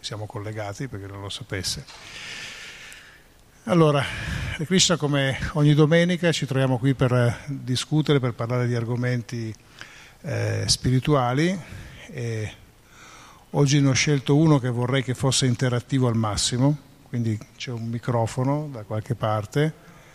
siamo collegati, perché non lo sapesse. Allora, Hare Krishna, come ogni domenica ci troviamo qui per discutere, per parlare di argomenti spirituali, e oggi ne ho scelto uno che vorrei che fosse interattivo al massimo, quindi c'è un microfono da qualche parte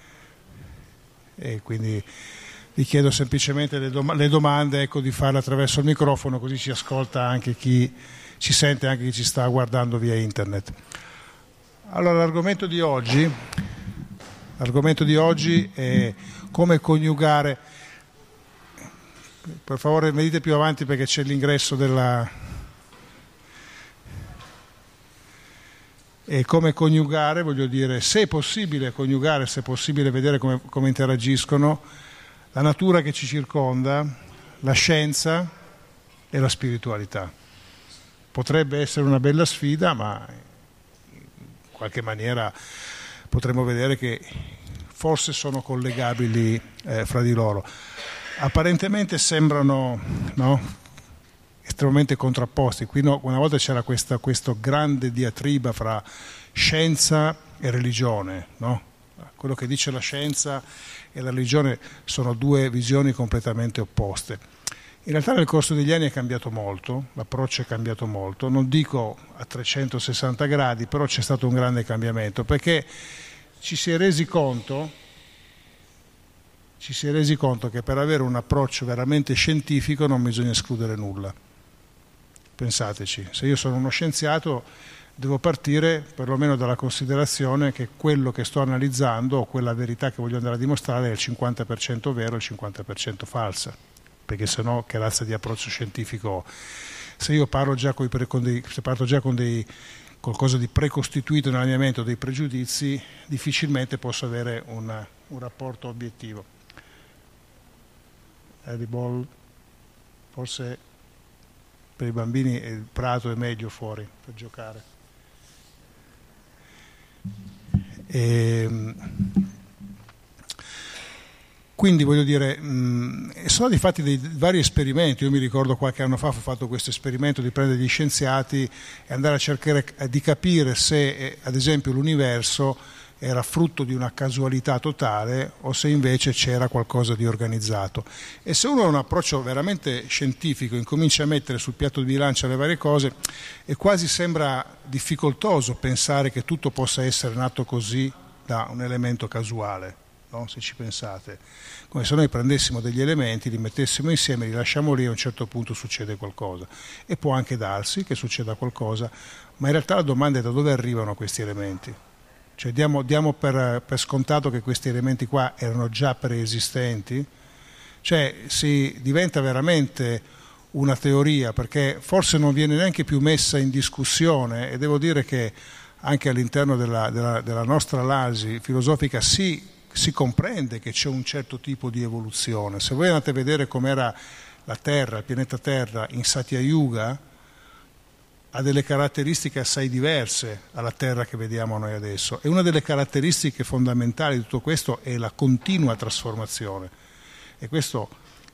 e quindi vi chiedo semplicemente le domande, ecco, di farle attraverso il microfono, così ci ascolta anche chi ci sente, anche chi ci sta guardando via internet. Allora, l'argomento di oggi è come coniugare. Per favore venite più avanti perché c'è l'ingresso della... E come coniugare, voglio dire, se è possibile coniugare, se è possibile vedere come interagiscono la natura che ci circonda, la scienza e la spiritualità. Potrebbe essere una bella sfida, ma in qualche maniera potremmo vedere che forse sono collegabili fra di loro. Apparentemente sembrano, no, estremamente contrapposti. Qui no, una volta c'era questo grande diatriba fra scienza e religione, no? Quello che dice la scienza e la religione sono due visioni completamente opposte. In realtà nel corso degli anni è cambiato molto, l'approccio è cambiato molto, non dico a 360 gradi, però c'è stato un grande cambiamento, perché ci si è resi conto che per avere un approccio veramente scientifico non bisogna escludere nulla. Pensateci, se io sono uno scienziato devo partire perlomeno dalla considerazione che quello che sto analizzando o quella verità che voglio andare a dimostrare è il 50% vero e il 50% falsa, perché sennò che razza di approccio scientifico ho? Se io parlo già con qualcosa di precostituito nella mia mente o dei pregiudizi, difficilmente posso avere un rapporto obiettivo. Ball, forse per i bambini il prato è meglio fuori per giocare. Quindi voglio dire, sono dei fatti dei vari esperimenti. Io mi ricordo qualche anno fa ho fatto questo esperimento di prendere gli scienziati e andare a cercare di capire se ad esempio l'universo era frutto di una casualità totale o se invece c'era qualcosa di organizzato. E se uno ha un approccio veramente scientifico, incomincia a mettere sul piatto di bilancia le varie cose, e quasi sembra difficoltoso pensare che tutto possa essere nato così da un elemento casuale, no? Se ci pensate, come se noi prendessimo degli elementi, li mettessimo insieme, li lasciamo lì e a un certo punto succede qualcosa. E può anche darsi che succeda qualcosa, ma in realtà la domanda è: da dove arrivano questi elementi? Cioè diamo per scontato che questi elementi qua erano già preesistenti? Cioè si diventa veramente una teoria, perché forse non viene neanche più messa in discussione, e devo dire che anche all'interno della nostra analisi filosofica si comprende che c'è un certo tipo di evoluzione. Se voi andate a vedere com'era la Terra, il pianeta Terra in Satya Yuga, ha delle caratteristiche assai diverse alla Terra che vediamo noi adesso, e una delle caratteristiche fondamentali di tutto questo è la continua trasformazione. E questo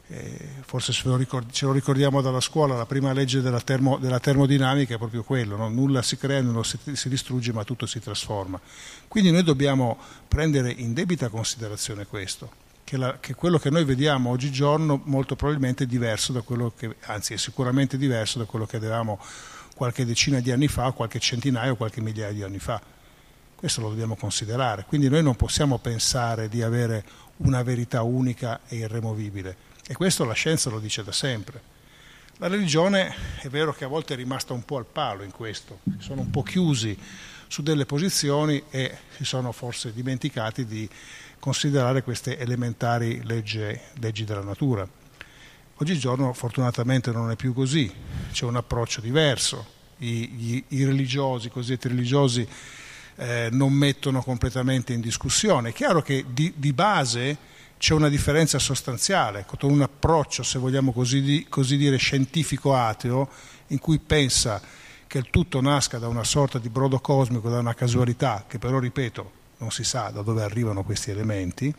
forse ce lo ricordiamo dalla scuola, la prima legge della termodinamica è proprio quello, no? Nulla si crea, nulla si distrugge, ma tutto si trasforma. Quindi noi dobbiamo prendere in debita considerazione questo, che quello che noi vediamo oggigiorno molto probabilmente è diverso da quello che, anzi è sicuramente diverso da quello che vedevamo qualche decina di anni fa, qualche centinaio, qualche migliaia di anni fa. Questo lo dobbiamo considerare. Quindi noi non possiamo pensare di avere una verità unica e irremovibile. E questo la scienza lo dice da sempre. La religione è vero che a volte è rimasta un po' al palo in questo, sono un po' chiusi su delle posizioni e si sono forse dimenticati di considerare queste elementari leggi della natura. Oggigiorno fortunatamente non è più così, c'è un approccio diverso, i religiosi, i cosiddetti religiosi non mettono completamente in discussione. È chiaro che di base c'è una differenza sostanziale con un approccio, se vogliamo così dire, scientifico ateo, in cui pensa che il tutto nasca da una sorta di brodo cosmico, da una casualità, che però, ripeto, non si sa da dove arrivano questi elementi,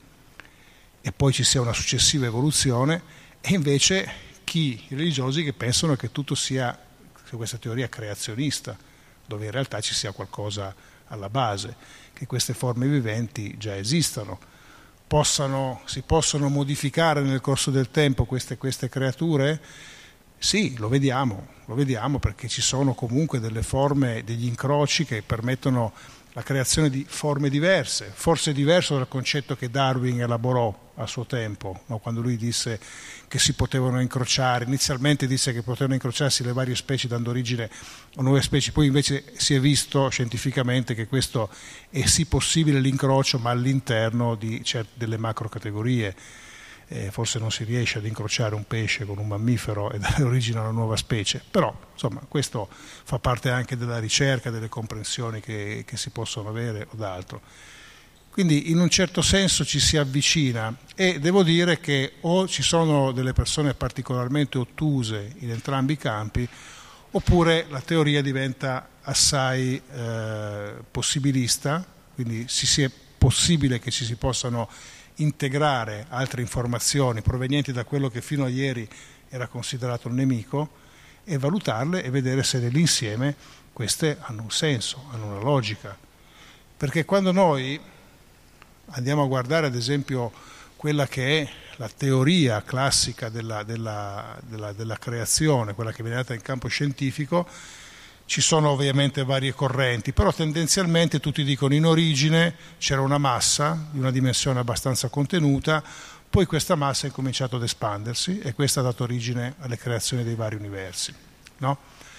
e poi ci sia una successiva evoluzione. E invece i religiosi che pensano che tutto sia questa teoria creazionista, dove in realtà ci sia qualcosa alla base, che queste forme viventi già esistano, si possono modificare nel corso del tempo queste creature? Sì, lo vediamo perché ci sono comunque delle forme, degli incroci che permettono la creazione di forme diverse, forse diverso dal concetto che Darwin elaborò a suo tempo, no? Quando lui disse che si potevano incrociare, inizialmente disse che potevano incrociarsi le varie specie dando origine a nuove specie, poi invece si è visto scientificamente che questo è sì possibile l'incrocio, ma all'interno delle macro categorie. Forse non si riesce ad incrociare un pesce con un mammifero e dare origine a una nuova specie, però insomma questo fa parte anche della ricerca, delle comprensioni che si possono avere o d'altro. Quindi in un certo senso ci si avvicina, e devo dire che o ci sono delle persone particolarmente ottuse in entrambi i campi, oppure la teoria diventa assai possibilista, quindi è possibile che ci si possano integrare altre informazioni provenienti da quello che fino a ieri era considerato un nemico e valutarle e vedere se nell'insieme queste hanno un senso, hanno una logica. Perché quando noi andiamo a guardare ad esempio quella che è la teoria classica della creazione, quella che viene data in campo scientifico, ci sono ovviamente varie correnti, però tendenzialmente tutti dicono in origine c'era una massa di una dimensione abbastanza contenuta, poi questa massa è cominciato ad espandersi e questa ha dato origine alle creazioni dei vari universi, no?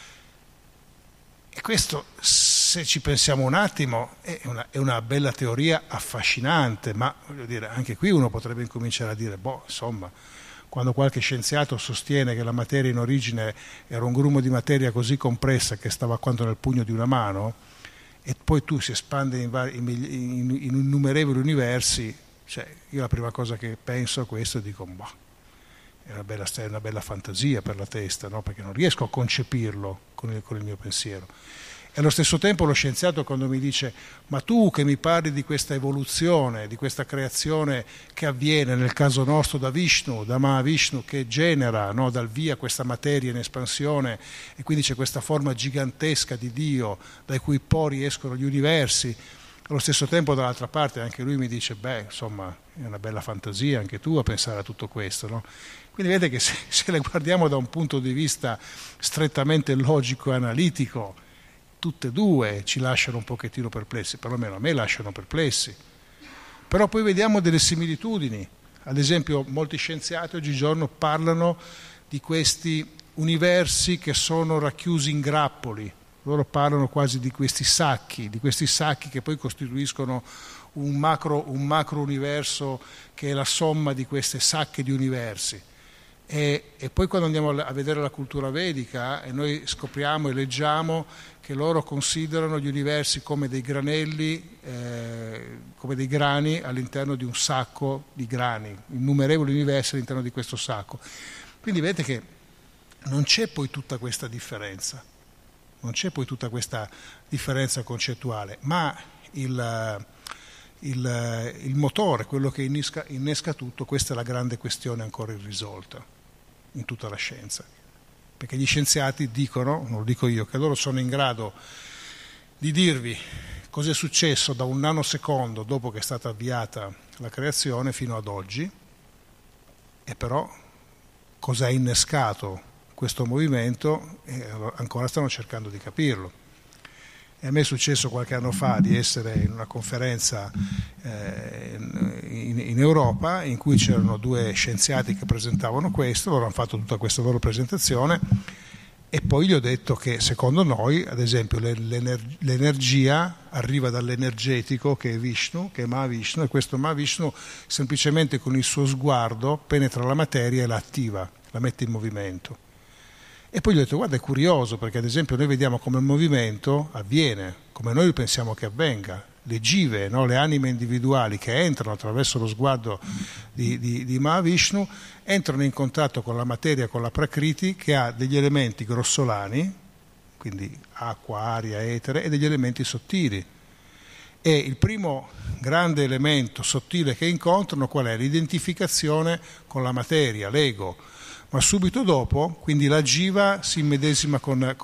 E questo, se ci pensiamo un attimo, è una bella teoria affascinante, ma voglio dire, anche qui uno potrebbe incominciare a dire, insomma, quando qualche scienziato sostiene che la materia in origine era un grumo di materia così compressa che stava quanto nel pugno di una mano, e poi tu si espande in innumerevoli universi, cioè io la prima cosa che penso a questo dico, è una bella fantasia per la testa, no? Perché non riesco a concepirlo con il mio pensiero. E allo stesso tempo lo scienziato quando mi dice ma tu che mi parli di questa evoluzione, di questa creazione che avviene nel caso nostro da Mahavishnu che genera, no, dal via questa materia in espansione e quindi c'è questa forma gigantesca di Dio dai cui pori escono gli universi, allo stesso tempo dall'altra parte anche lui mi dice insomma è una bella fantasia anche tu a pensare a tutto questo, no? Quindi vedete che se le guardiamo da un punto di vista strettamente logico e analitico, tutte e due ci lasciano un pochettino perplessi, perlomeno a me lasciano perplessi. Però poi vediamo delle similitudini. Ad esempio molti scienziati oggigiorno parlano di questi universi che sono racchiusi in grappoli. Loro parlano quasi di questi sacchi che poi costituiscono un macro universo che è la somma di queste sacche di universi. E poi quando andiamo a vedere la cultura vedica e noi scopriamo e leggiamo che loro considerano gli universi come dei granelli, come dei grani all'interno di un sacco di grani, innumerevoli universi all'interno di questo sacco. Quindi vedete che non c'è poi tutta questa differenza, concettuale, ma il motore, quello che innesca tutto, questa è la grande questione ancora irrisolta in tutta la scienza. Perché gli scienziati dicono, non lo dico io, che loro sono in grado di dirvi cosa è successo da un nanosecondo dopo che è stata avviata la creazione fino ad oggi, e però cosa ha innescato questo movimento ancora stanno cercando di capirlo. E a me è successo qualche anno fa di essere in una conferenza in Europa in cui c'erano due scienziati che presentavano questo, loro hanno fatto tutta questa loro presentazione e poi gli ho detto che secondo noi, ad esempio, l'energia arriva dall'energetico che è Vishnu, che è Mahavishnu, e questo Mahavishnu semplicemente con il suo sguardo penetra la materia e la attiva, la mette in movimento. E poi gli ho detto, guarda, è curioso, perché ad esempio noi vediamo come il movimento avviene, come noi pensiamo che avvenga. Le jive, no? Le anime individuali che entrano attraverso lo sguardo di Mahavishnu, entrano in contatto con la materia, con la Prakriti, che ha degli elementi grossolani, quindi acqua, aria, etere, e degli elementi sottili. E il primo grande elemento sottile che incontrano qual è? L'identificazione con la materia, l'ego. ma subito dopo, quindi la jiva si immedesima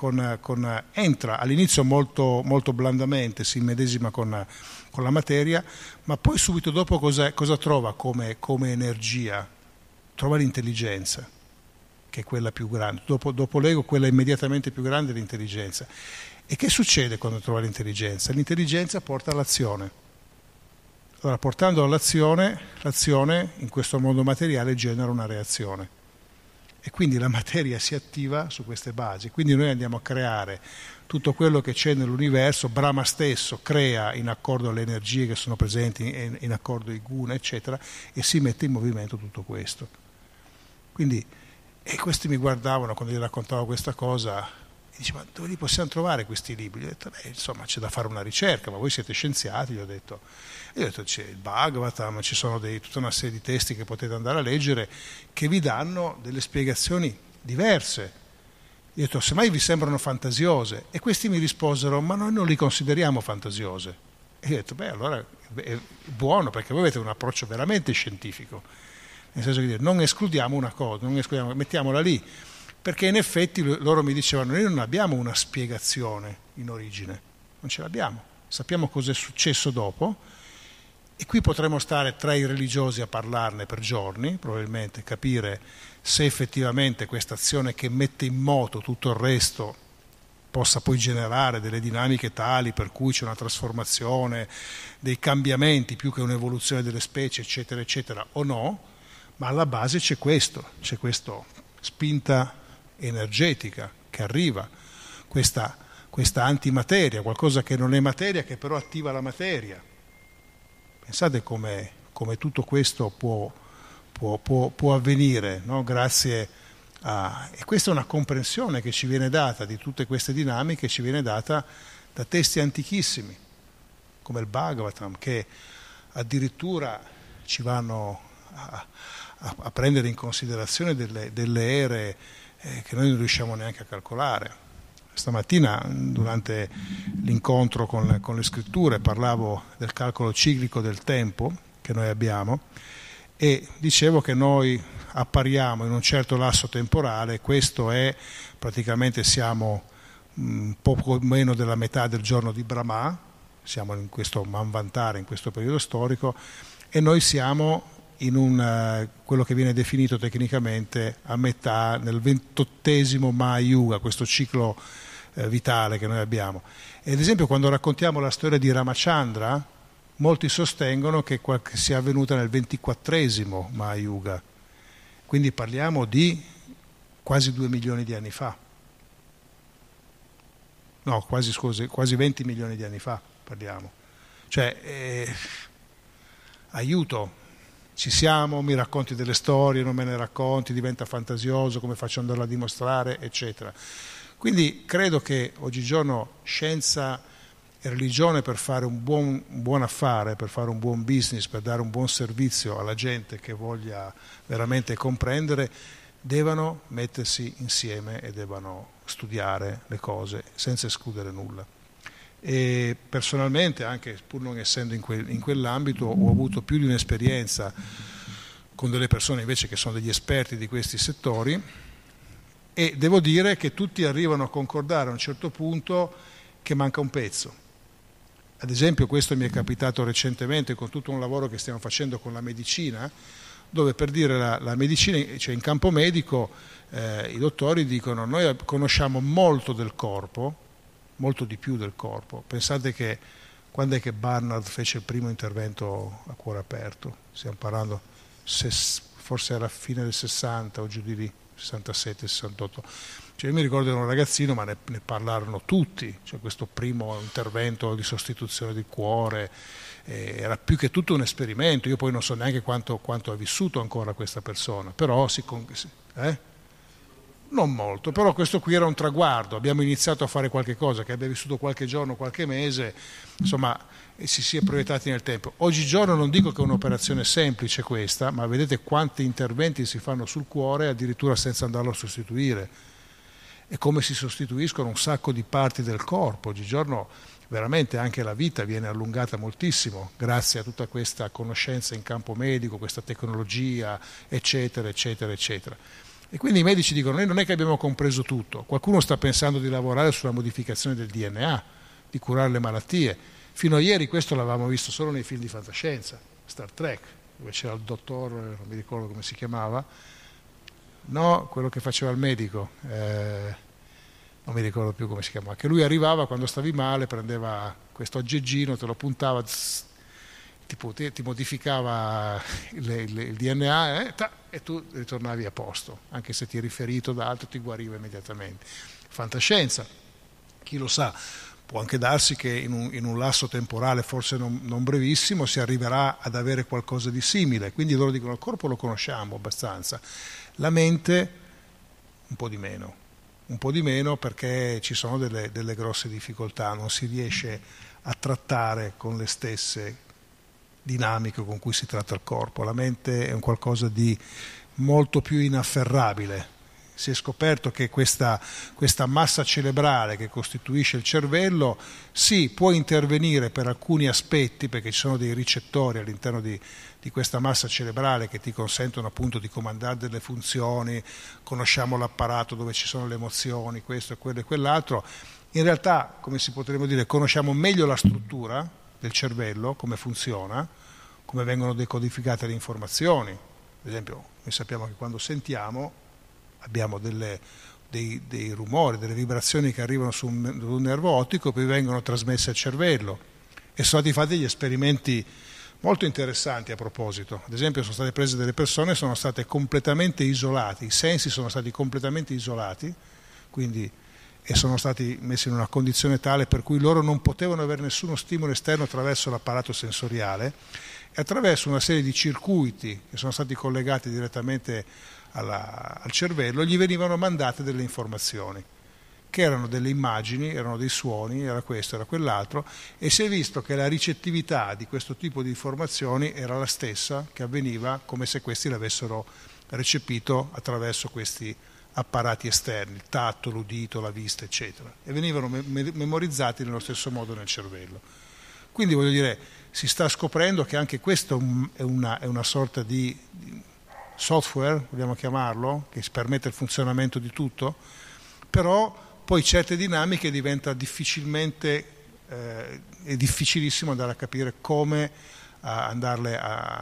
entra all'inizio molto, molto blandamente, si immedesima con la materia, ma poi subito dopo cosa trova come energia? Trova l'intelligenza, che è quella più grande. Dopo l'ego, quella immediatamente più grande è l'intelligenza. E che succede quando trova l'intelligenza? L'intelligenza porta all'azione. Allora, portando all'azione, l'azione in questo mondo materiale genera una reazione. E quindi la materia si attiva su queste basi. Quindi noi andiamo a creare tutto quello che c'è nell'universo. Brahma stesso crea in accordo alle energie che sono presenti, in accordo ai guna, eccetera, e si mette in movimento tutto questo. Quindi, e questi mi guardavano quando gli raccontavo questa cosa, e dicevano: ma dove li possiamo trovare questi libri? Gli ho detto: insomma, c'è da fare una ricerca, ma voi siete scienziati, gli ho detto. E io ho detto: c'è il Bhagavatam, ci sono tutta una serie di testi che potete andare a leggere che vi danno delle spiegazioni diverse. Io ho detto: semmai vi sembrano fantasiose. E questi mi risposero: ma noi non li consideriamo fantasiose. E io ho detto: allora è buono, perché voi avete un approccio veramente scientifico, nel senso che non escludiamo una cosa, mettiamola lì, perché in effetti loro mi dicevano: noi non abbiamo una spiegazione in origine, non ce l'abbiamo, sappiamo cosa è successo dopo. E qui potremmo stare tra i religiosi a parlarne per giorni, probabilmente capire se effettivamente questa azione che mette in moto tutto il resto possa poi generare delle dinamiche tali per cui c'è una trasformazione, dei cambiamenti più che un'evoluzione delle specie, eccetera, eccetera, o no, ma alla base c'è questa spinta energetica che arriva, questa antimateria, qualcosa che non è materia, che però attiva la materia. Pensate come tutto questo può avvenire, no? Grazie a... E questa è una comprensione che ci viene data di tutte queste dinamiche, ci viene data da testi antichissimi, come il Bhagavatam, che addirittura ci vanno a prendere in considerazione delle ere che noi non riusciamo neanche a calcolare. Stamattina, durante l'incontro con le scritture, parlavo del calcolo ciclico del tempo che noi abbiamo e dicevo che noi appariamo in un certo lasso temporale. Questo è praticamente, siamo poco meno della metà del giorno di Brahma, siamo in questo Manvantara, in questo periodo storico, e noi siamo in quello che viene definito tecnicamente a metà, nel 28esimo Mahayuga, questo ciclo vitale che noi abbiamo. E ad esempio, quando raccontiamo la storia di Ramachandra, molti sostengono che sia avvenuta nel 24esimo Mahayuga, quindi parliamo di quasi 2 milioni di anni fa. No, quasi 20 milioni di anni fa parliamo. Cioè, aiuto, ci siamo, mi racconti delle storie, non me ne racconti, diventa fantasioso, come faccio ad andarlo a dimostrare, eccetera. Quindi credo che oggigiorno scienza e religione, per fare un buon affare, per fare un buon business, per dare un buon servizio alla gente che voglia veramente comprendere, devono mettersi insieme e devono studiare le cose senza escludere nulla. E personalmente, anche pur non essendo in quell'ambito, ho avuto più di un'esperienza con delle persone invece che sono degli esperti di questi settori, e devo dire che tutti arrivano a concordare a un certo punto che manca un pezzo. Ad esempio, questo mi è capitato recentemente con tutto un lavoro che stiamo facendo con la medicina, dove, per dire, la medicina, cioè in campo medico, i dottori dicono: noi conosciamo molto del corpo, molto di più del corpo. Pensate che quando è che Barnard fece il primo intervento a cuore aperto? Stiamo parlando, forse alla fine del 60 o giù di lì, 67, 68. Cioè, io mi ricordo ero un ragazzino, ma ne parlarono tutti, cioè questo primo intervento di sostituzione del cuore era più che tutto un esperimento. Io poi non so neanche quanto ha vissuto ancora questa persona, però non molto, però questo qui era un traguardo. Abbiamo iniziato a fare qualche cosa, che abbia vissuto qualche giorno, qualche mese, insomma, e si è proiettati nel tempo. Oggigiorno non dico che è un'operazione semplice questa, ma vedete quanti interventi si fanno sul cuore addirittura senza andarlo a sostituire, e come si sostituiscono un sacco di parti del corpo. Oggigiorno veramente anche la vita viene allungata moltissimo grazie a tutta questa conoscenza in campo medico, questa tecnologia, eccetera, eccetera, eccetera. E quindi i medici dicono: noi non è che abbiamo compreso tutto, qualcuno sta pensando di lavorare sulla modificazione del DNA, di curare le malattie. Fino a ieri questo l'avevamo visto solo nei film di fantascienza, Star Trek, dove c'era il dottore, non mi ricordo come si chiamava, no, quello che faceva il medico, non mi ricordo più come si chiamava, che lui arrivava quando stavi male, prendeva questo aggeggino, te lo puntava, ti modificava il DNA e tu ritornavi a posto, anche se ti eri ferito da altro ti guariva immediatamente. Fantascienza, chi lo sa, può anche darsi che in un lasso temporale forse non brevissimo si arriverà ad avere qualcosa di simile, quindi loro dicono: il corpo lo conosciamo abbastanza, la mente un po' di meno perché ci sono delle grosse difficoltà, non si riesce a trattare con le stesse dinamiche con cui si tratta il corpo. La mente è un qualcosa di molto più inafferrabile. Si è scoperto che questa massa cerebrale che costituisce il cervello sì, può intervenire per alcuni aspetti, perché ci sono dei ricettori all'interno di questa massa cerebrale che ti consentono appunto di comandare delle funzioni, conosciamo l'apparato dove ci sono le emozioni, questo e quello e quell'altro. In realtà, come si potrebbe dire, conosciamo meglio la struttura del cervello, come funziona, come vengono decodificate le informazioni. Ad esempio, noi sappiamo che quando sentiamo abbiamo dei rumori, delle vibrazioni che arrivano su un nervo ottico e poi vengono trasmesse al cervello. E sono stati fatti degli esperimenti molto interessanti a proposito. Ad esempio, sono state prese delle persone, sono state completamente isolate, i sensi sono stati completamente isolati, quindi, e sono stati messi in una condizione tale per cui loro non potevano avere nessuno stimolo esterno attraverso l'apparato sensoriale, e attraverso una serie di circuiti che sono stati collegati direttamente al cervello gli venivano mandate delle informazioni che erano delle immagini, erano dei suoni, era questo, era quell'altro, e si è visto che la ricettività di questo tipo di informazioni era la stessa che avveniva come se questi l'avessero recepito attraverso questi apparati esterni, il tatto, l'udito, la vista, eccetera, e venivano memorizzati nello stesso modo nel cervello. Quindi voglio dire, si sta scoprendo che anche questo è una sorta di software, vogliamo chiamarlo, che permette il funzionamento di tutto, però poi certe dinamiche diventa è difficilissimo andare a capire come andarle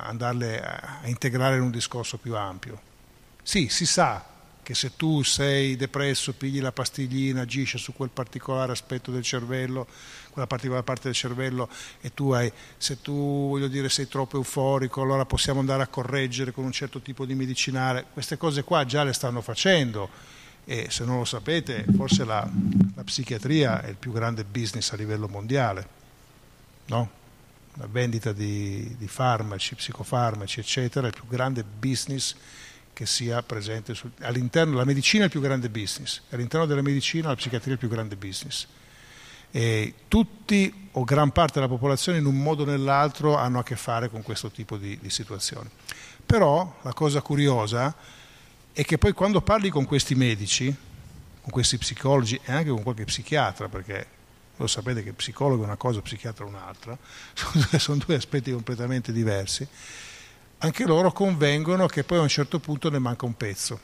a integrare in un discorso più ampio. Sì, si sa che se tu sei depresso, pigli la pastiglina, agisce su quel particolare aspetto del cervello, quella particolare parte del cervello, e se tu voglio dire sei troppo euforico, allora possiamo andare a correggere con un certo tipo di medicinale. Queste cose qua già le stanno facendo, e se non lo sapete, forse la psichiatria è il più grande business a livello mondiale, no? La vendita di farmaci, psicofarmaci, eccetera, è il più grande business che sia presente all'interno. La medicina è il più grande business, all'interno della medicina la psichiatria è il più grande business. E tutti o gran parte della popolazione in un modo o nell'altro hanno a che fare con questo tipo di situazioni. Però la cosa curiosa è che poi quando parli con questi medici, con questi psicologi e anche con qualche psichiatra, perché lo sapete che psicologo è una cosa, psichiatra è un'altra, sono due aspetti completamente diversi, anche loro convengono che poi a un certo punto ne manca un pezzo.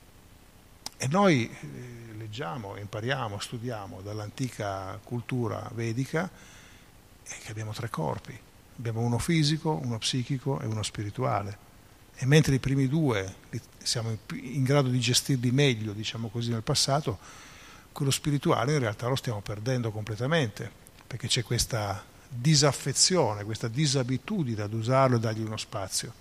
E noi leggiamo, impariamo, studiamo dall'antica cultura vedica che abbiamo 3 corpi. Abbiamo uno fisico, uno psichico e uno spirituale. E mentre i primi 2 siamo in grado di gestirli meglio, diciamo così, nel passato, quello spirituale in realtà lo stiamo perdendo completamente, perché c'è questa disaffezione, questa disabitudine ad usarlo e dargli uno spazio.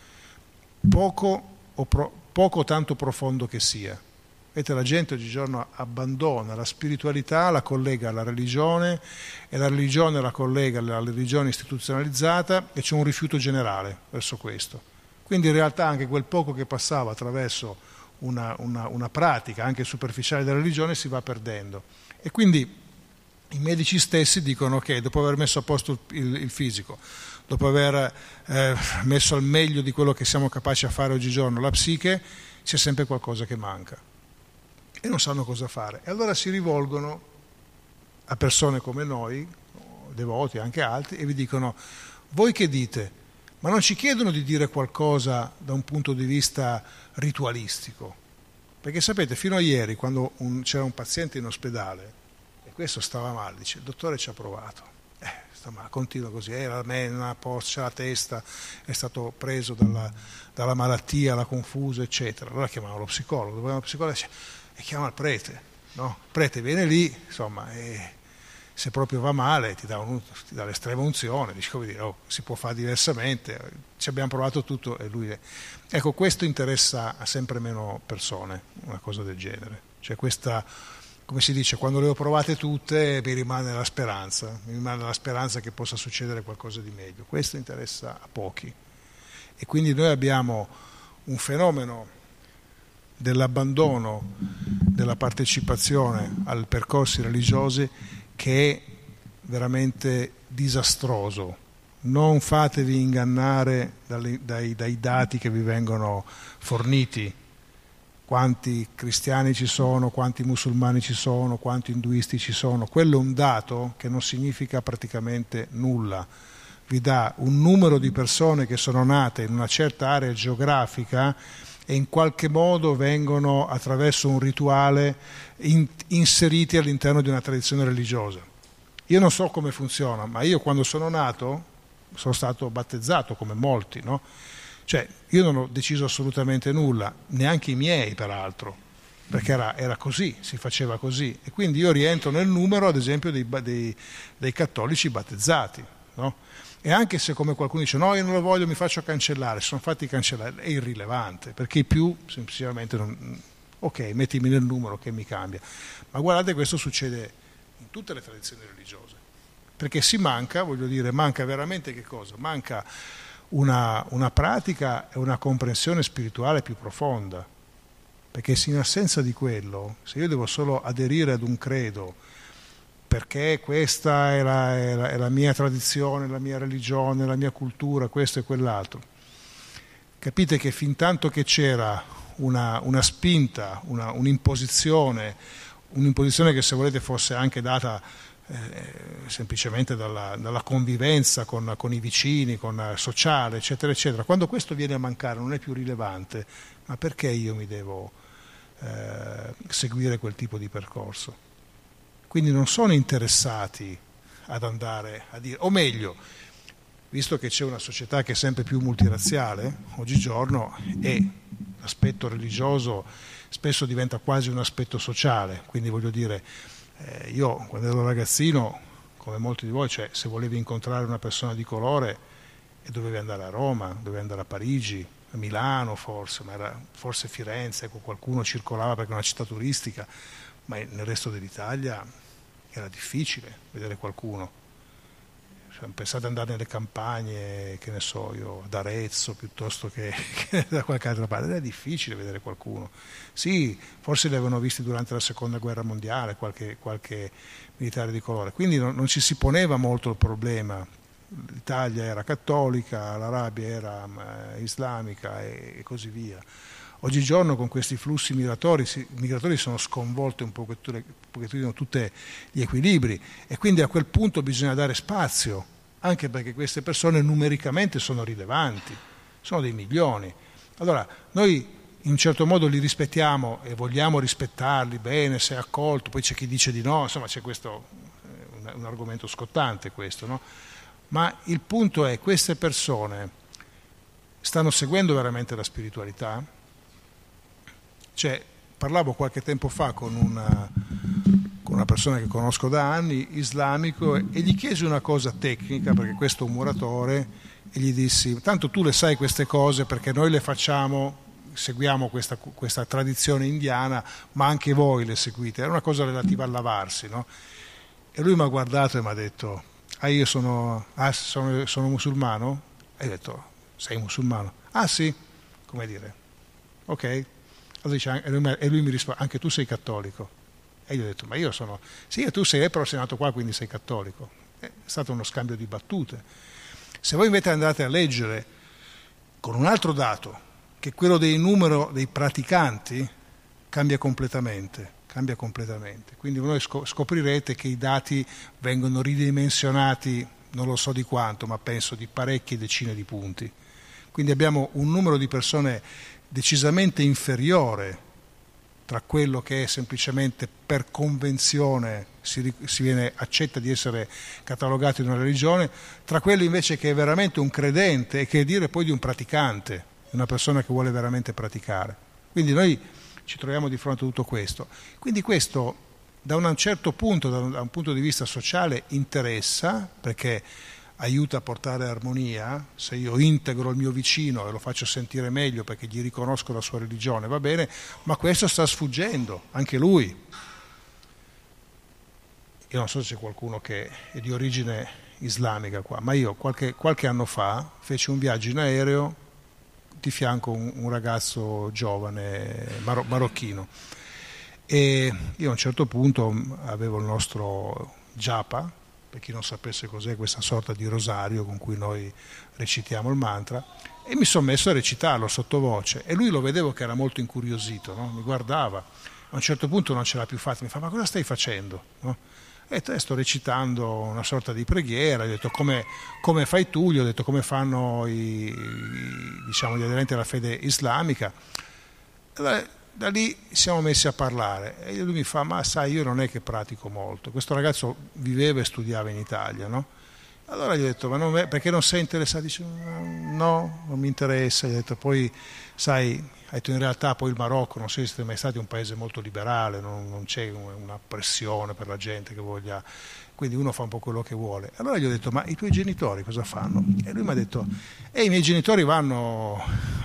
Poco o tanto profondo che sia. Vedete, la gente oggigiorno abbandona la spiritualità, la collega alla religione, e la religione la collega alla religione istituzionalizzata, e c'è un rifiuto generale verso questo. Quindi in realtà anche quel poco che passava attraverso una pratica anche superficiale della religione si va perdendo. E quindi i medici stessi dicono che dopo aver messo a posto il fisico, dopo aver messo al meglio di quello che siamo capaci a fare oggigiorno la psiche, c'è sempre qualcosa che manca e non sanno cosa fare. E allora si rivolgono a persone come noi, devoti anche altri, e vi dicono: voi che dite? Ma non ci chiedono di dire qualcosa da un punto di vista ritualistico, Perché sapete, fino a ieri, quando c'era un paziente in ospedale e questo stava male, dice: il dottore ci ha provato, sta male, continua così, la mena, c'è la testa, è stato preso dalla malattia, la confuso, eccetera. Allora chiamavano lo psicologo, dovevano lo psicologo e chiama il prete, no? Il prete viene lì, insomma, e se proprio va male ti dà l'estrema unzione, dice, come dire, si può fare diversamente, ci abbiamo provato tutto e lui... Ecco, questo interessa a sempre meno persone, una cosa del genere. Cioè questa, come si dice, quando le ho provate tutte mi rimane la speranza che possa succedere qualcosa di meglio. Questo interessa a pochi. E quindi noi abbiamo un fenomeno dell'abbandono della partecipazione ai percorsi religiosi che è veramente disastroso. Non fatevi ingannare dai dati che vi vengono forniti, quanti cristiani ci sono, quanti musulmani ci sono, quanti induisti ci sono. Quello è un dato che non significa praticamente nulla, vi dà un numero di persone che sono nate in una certa area geografica e in qualche modo vengono attraverso un rituale inseriti all'interno di una tradizione religiosa. Io non so come funziona, ma io quando sono nato sono stato battezzato come molti, no? Cioè io non ho deciso assolutamente nulla, neanche i miei peraltro, perché era così, si faceva così, e quindi io rientro nel numero ad esempio dei cattolici battezzati, no? E anche se, come qualcuno dice, no, io non lo voglio, mi faccio cancellare, sono fatti cancellare, è irrilevante, perché i più semplicemente non... Ok, mettimi nel numero che mi cambia. Ma guardate, questo succede in tutte le tradizioni religiose, perché manca veramente che cosa? Manca una pratica e una comprensione spirituale più profonda, perché in assenza di quello, se io devo solo aderire ad un credo, perché questa è la mia tradizione, la mia religione, la mia cultura, questo e quell'altro, capite che fin tanto che c'era una spinta, un'imposizione che se volete fosse anche data semplicemente dalla convivenza con i vicini, con sociale, eccetera, eccetera. Quando questo viene a mancare non è più rilevante, ma perché io mi devo seguire quel tipo di percorso? Quindi non sono interessati ad andare a dire, o meglio, visto che c'è una società che è sempre più multirazziale, oggigiorno, e l'aspetto religioso spesso diventa quasi un aspetto sociale, quindi voglio dire, io quando ero ragazzino, come molti di voi, cioè se volevi incontrare una persona di colore dovevi andare a Roma, dovevi andare a Parigi, a Milano forse, forse Firenze, qualcuno circolava perché è una città turistica, ma nel resto dell'Italia era difficile vedere qualcuno. Cioè, pensate ad andare nelle campagne, che ne so io, ad Arezzo piuttosto che da qualche altra parte, era difficile vedere qualcuno. Sì, forse li avevano visti durante la seconda guerra mondiale, qualche militare di colore, quindi non ci si poneva molto il problema. L'Italia era cattolica, l'Arabia era islamica e così via. Oggigiorno con questi flussi migratori sono sconvolti un pochettino tutti gli equilibri, e quindi a quel punto bisogna dare spazio, anche perché queste persone numericamente sono rilevanti, sono dei milioni. Allora noi in un certo modo li rispettiamo e vogliamo rispettarli bene, se è accolto, poi c'è chi dice di no, insomma c'è questo, un argomento scottante questo, no? Ma il punto è, queste persone stanno seguendo veramente la spiritualità? Cioè, parlavo qualche tempo fa con una persona che conosco da anni, islamico, e gli chiesi una cosa tecnica, perché questo è un muratore, e gli dissi, tanto tu le sai queste cose perché noi le facciamo, seguiamo questa tradizione indiana, ma anche voi le seguite. Era una cosa relativa al lavarsi, no? E lui mi ha guardato e mi ha detto, io sono musulmano? E ho detto, sei musulmano? Ah sì, come dire, ok. E lui mi risponde, anche tu sei cattolico? E io ho detto, ma io sono... Sì, tu sei, però sei nato qua, quindi sei cattolico. È stato uno scambio di battute. Se voi invece andate a leggere con un altro dato, che è quello del numero dei praticanti, cambia completamente. Quindi voi scoprirete che i dati vengono ridimensionati, non lo so di quanto, ma penso di parecchie decine di punti. Quindi abbiamo un numero di persone decisamente inferiore tra quello che è semplicemente per convenzione accetta di essere catalogato in una religione, tra quello invece che è veramente un credente e che è dire poi di un praticante, una persona che vuole veramente praticare. Quindi noi ci troviamo di fronte a tutto questo. Quindi questo da un certo punto, da un punto di vista sociale, interessa, perché aiuta a portare armonia. Se io integro il mio vicino e lo faccio sentire meglio perché gli riconosco la sua religione, va bene, ma questo sta sfuggendo, anche lui. Io non so se c'è qualcuno che è di origine islamica qua, ma io qualche anno fa feci un viaggio in aereo di fianco un ragazzo giovane marocchino, e io a un certo punto avevo il nostro japa, per chi non sapesse cos'è, questa sorta di rosario con cui noi recitiamo il mantra, e mi sono messo a recitarlo sottovoce, e lui lo vedevo che era molto incuriosito, no? Mi guardava, a un certo punto non ce l'ha più fatta, mi fa: ma cosa stai facendo? No? E sto recitando una sorta di preghiera. Gli ho detto: come fai tu? Gli ho detto come fanno diciamo, gli aderenti alla fede islamica. Da lì siamo messi a parlare e lui mi fa: ma sai, io non è che pratico molto. Questo ragazzo viveva e studiava in Italia, no? Allora gli ho detto: ma perché non sei interessato? Dice: no, non mi interessa. Gli ho detto: poi sai, in realtà poi il Marocco, non so se siete mai stati, un paese molto liberale, non c'è una pressione per la gente che voglia, quindi uno fa un po' quello che vuole. Allora gli ho detto: ma i tuoi genitori cosa fanno? E lui mi ha detto: i miei genitori vanno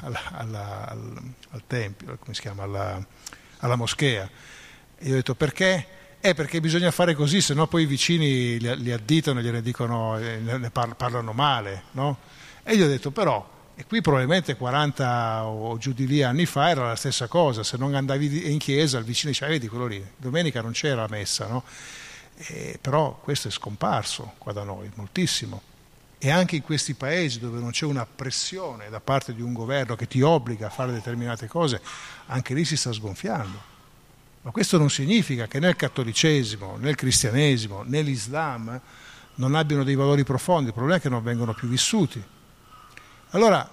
al tempio, come si chiama, alla moschea. E gli ho detto: perché? Perché bisogna fare così, sennò poi i vicini li additano e gliene dicono, ne parlano male, no? E gli ho detto: però, e qui probabilmente 40 o giù di lì anni fa era la stessa cosa, se non andavi in chiesa il vicino diceva: vedi quello lì, domenica non c'era la messa, no? Però questo è scomparso qua da noi, moltissimo. E anche in questi paesi dove non c'è una pressione da parte di un governo che ti obbliga a fare determinate cose, anche lì si sta sgonfiando. Ma questo non significa che nel cattolicesimo, nel cristianesimo, nell'Islam non abbiano dei valori profondi, il problema è che non vengono più vissuti. Allora,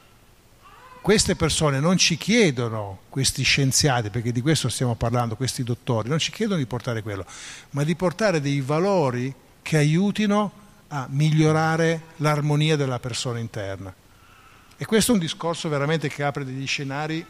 queste persone non ci chiedono, questi scienziati, perché di questo stiamo parlando, questi dottori, non ci chiedono di portare quello, ma di portare dei valori che aiutino a migliorare l'armonia della persona interna. E questo è un discorso veramente che apre degli scenari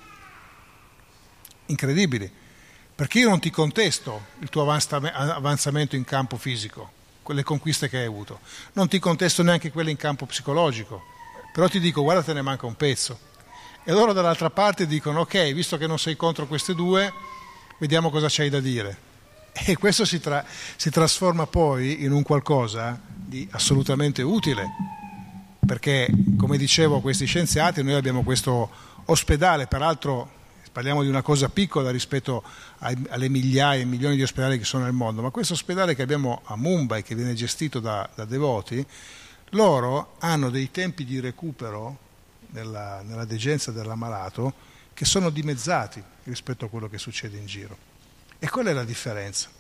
incredibili, perché io non ti contesto il tuo avanzamento in campo fisico, quelle conquiste che hai avuto, non ti contesto neanche quelle in campo psicologico, però ti dico: guarda, te ne manca un pezzo. E loro dall'altra parte dicono: ok, visto che non sei contro queste due, vediamo cosa c'hai da dire. E questo si trasforma poi in un qualcosa di assolutamente utile, perché, come dicevo a questi scienziati, noi abbiamo questo ospedale, peraltro parliamo di una cosa piccola rispetto alle migliaia e milioni di ospedali che sono nel mondo, ma questo ospedale che abbiamo a Mumbai, che viene gestito da devoti, loro hanno dei tempi di recupero nella degenza dell'ammalato che sono dimezzati rispetto a quello che succede in giro. E qual è la differenza?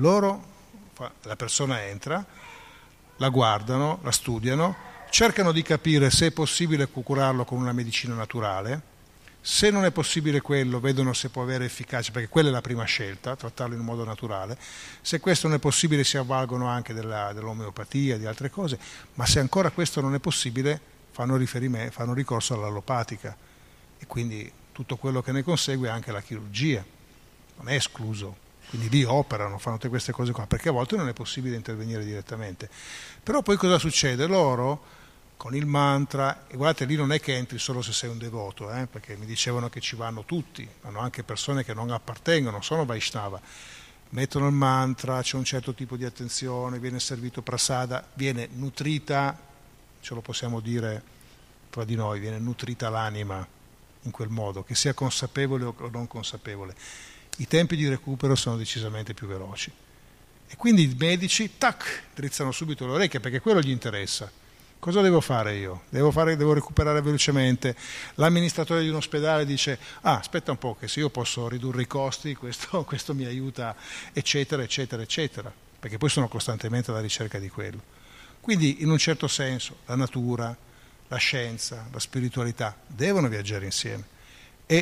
La persona entra, la guardano, la studiano, cercano di capire se è possibile curarlo con una medicina naturale. Se non è possibile quello, vedono se può avere efficacia, perché quella è la prima scelta, trattarlo in modo naturale. Se questo non è possibile, si avvalgono anche dell'omeopatia, di altre cose, ma se ancora questo non è possibile, fanno ricorso all'allopatica, e quindi tutto quello che ne consegue è anche la chirurgia, non è escluso. Quindi lì operano, fanno tutte queste cose qua, perché a volte non è possibile intervenire direttamente. Però poi cosa succede? Loro, con il mantra, e guardate, lì non è che entri solo se sei un devoto, perché mi dicevano che ci vanno tutti, vanno anche persone che non appartengono, non sono Vaishnava, mettono il mantra, c'è un certo tipo di attenzione, viene servito prasada, viene nutrita, ce lo possiamo dire tra di noi, viene nutrita l'anima in quel modo, che sia consapevole o non consapevole. I tempi di recupero sono decisamente più veloci. E quindi i medici, tac, drizzano subito le orecchie, perché quello gli interessa. Cosa devo fare io? Devo recuperare velocemente. L'amministratore di un ospedale dice: aspetta un po', che se io posso ridurre i costi, questo mi aiuta, eccetera, eccetera, eccetera, perché poi sono costantemente alla ricerca di quello. Quindi, in un certo senso, la natura, la scienza, la spiritualità devono viaggiare insieme. E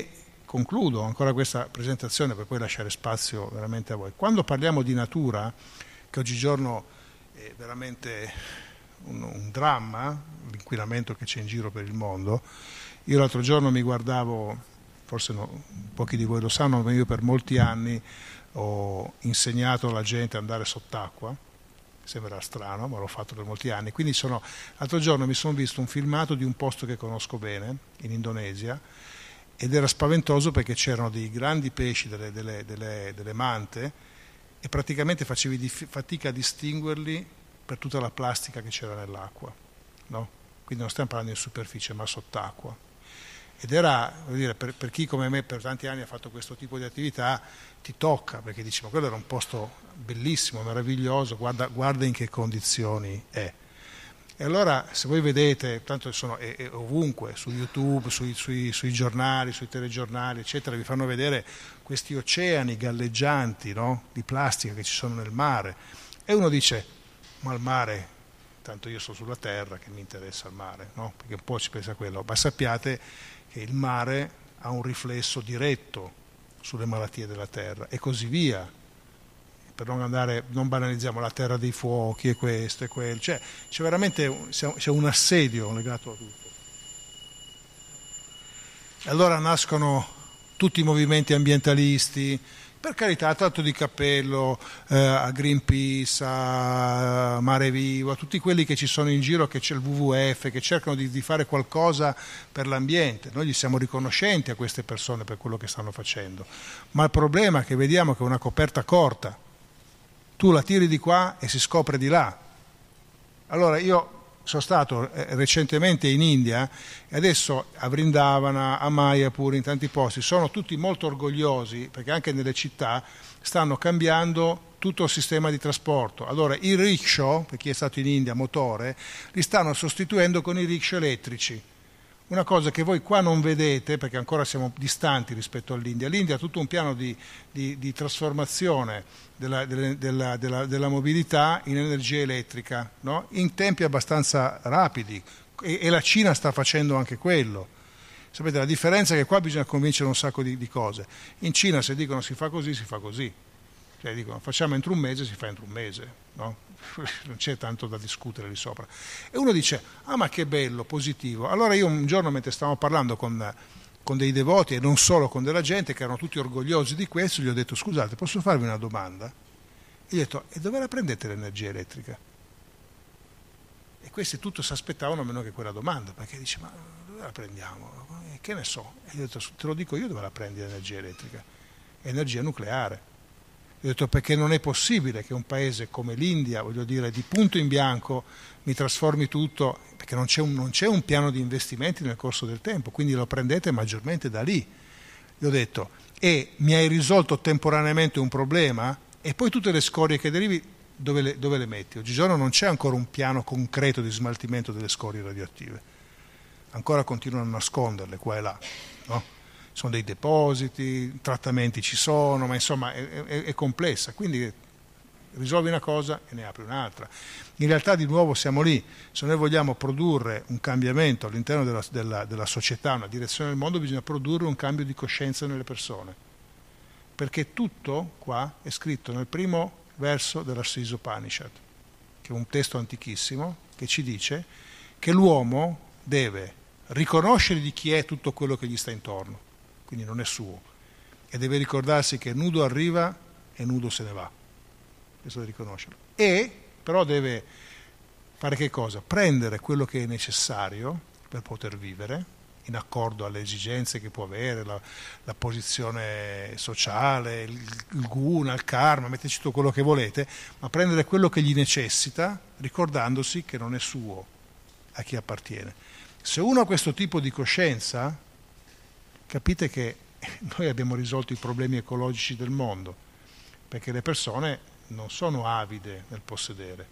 concludo ancora questa presentazione per poi lasciare spazio veramente a voi. Quando parliamo di natura, che oggigiorno è veramente un dramma, l'inquinamento che c'è in giro per il mondo, io l'altro giorno mi guardavo, forse pochi di voi lo sanno, ma io per molti anni ho insegnato alla gente ad andare sott'acqua, sembrerà strano, ma l'ho fatto per molti anni, quindi l'altro giorno mi sono visto un filmato di un posto che conosco bene, in Indonesia, ed era spaventoso perché c'erano dei grandi pesci, delle mante, e praticamente facevi fatica a distinguerli per tutta la plastica che c'era nell'acqua, no? Quindi non stiamo parlando in superficie, ma sott'acqua. Ed era, voglio dire, per chi come me per tanti anni ha fatto questo tipo di attività, ti tocca, perché dici, ma quello era un posto bellissimo, meraviglioso, guarda in che condizioni è. E allora, se voi vedete, tanto è ovunque, su YouTube, sui giornali, sui telegiornali, eccetera, vi fanno vedere questi oceani galleggianti, no? Di plastica che ci sono nel mare. E uno dice, ma il mare, tanto io sono sulla terra, che mi interessa il mare, no? Perché un po' ci pensa a quello. Ma sappiate che il mare ha un riflesso diretto sulle malattie della terra e così via. Per non banalizziamo la terra dei fuochi e questo e quello, c'è veramente c'è un assedio legato a tutto. E allora nascono tutti i movimenti ambientalisti, per carità, tanto di cappello a Greenpeace, a Mare Vivo, a tutti quelli che ci sono in giro, che c'è il WWF, che cercano di fare qualcosa per l'ambiente. Noi gli siamo riconoscenti a queste persone per quello che stanno facendo, ma il problema è che vediamo che è una coperta corta. Tu la tiri di qua e si scopre di là. Allora io sono stato recentemente in India e adesso a Vrindavana, a Mayapur, in tanti posti, sono tutti molto orgogliosi perché anche nelle città stanno cambiando tutto il sistema di trasporto. Allora i rickshaw, per chi è stato in India, motore, li stanno sostituendo con i rickshaw elettrici. Una cosa che voi qua non vedete, perché ancora siamo distanti rispetto all'India. L'India ha tutto un piano di trasformazione della mobilità in energia elettrica, no? In tempi abbastanza rapidi, e la Cina sta facendo anche quello. Sapete, la differenza è che qua bisogna convincere un sacco di cose. In Cina se dicono si fa così, si fa così. Cioè dicono facciamo entro un mese, si fa entro un mese, no? Non c'è tanto da discutere lì sopra. E uno dice, ah ma che bello, positivo. Allora io un giorno mentre stavamo parlando con dei devoti e non solo con della gente che erano tutti orgogliosi di questo, gli ho detto, scusate, posso farvi una domanda? E gli ho detto, e dove la prendete l'energia elettrica? E questi tutto si aspettavano meno che quella domanda, perché dice, ma dove la prendiamo? Che ne so? E gli ho detto, te lo dico io dove la prendi l'energia elettrica? Energia nucleare. Ho detto perché non è possibile che un paese come l'India, voglio dire, di punto in bianco mi trasformi tutto, perché non c'è un piano di investimenti nel corso del tempo, quindi lo prendete maggiormente da lì. Gli ho detto, e mi hai risolto temporaneamente un problema, e poi tutte le scorie che derivi dove le metti? Oggigiorno non c'è ancora un piano concreto di smaltimento delle scorie radioattive, ancora continuano a nasconderle qua e là, no? Sono dei depositi, trattamenti ci sono, ma insomma è complessa, quindi risolvi una cosa e ne apri un'altra. In realtà di nuovo siamo lì, se noi vogliamo produrre un cambiamento all'interno della società, una direzione del mondo, bisogna produrre un cambio di coscienza nelle persone, perché tutto qua è scritto nel primo verso della Srisa Upanishad, che è un testo antichissimo che ci dice che l'uomo deve riconoscere di chi è tutto quello che gli sta intorno, quindi non è suo, e deve ricordarsi che nudo arriva e nudo se ne va, questo deve riconoscerlo, e però deve fare che cosa? Prendere quello che è necessario per poter vivere in accordo alle esigenze che può avere, la posizione sociale, il guna, il karma, metteteci tutto quello che volete, ma prendere quello che gli necessita ricordandosi che non è suo, a chi appartiene. Se uno ha questo tipo di coscienza, capite che noi abbiamo risolto i problemi ecologici del mondo, perché le persone non sono avide nel possedere.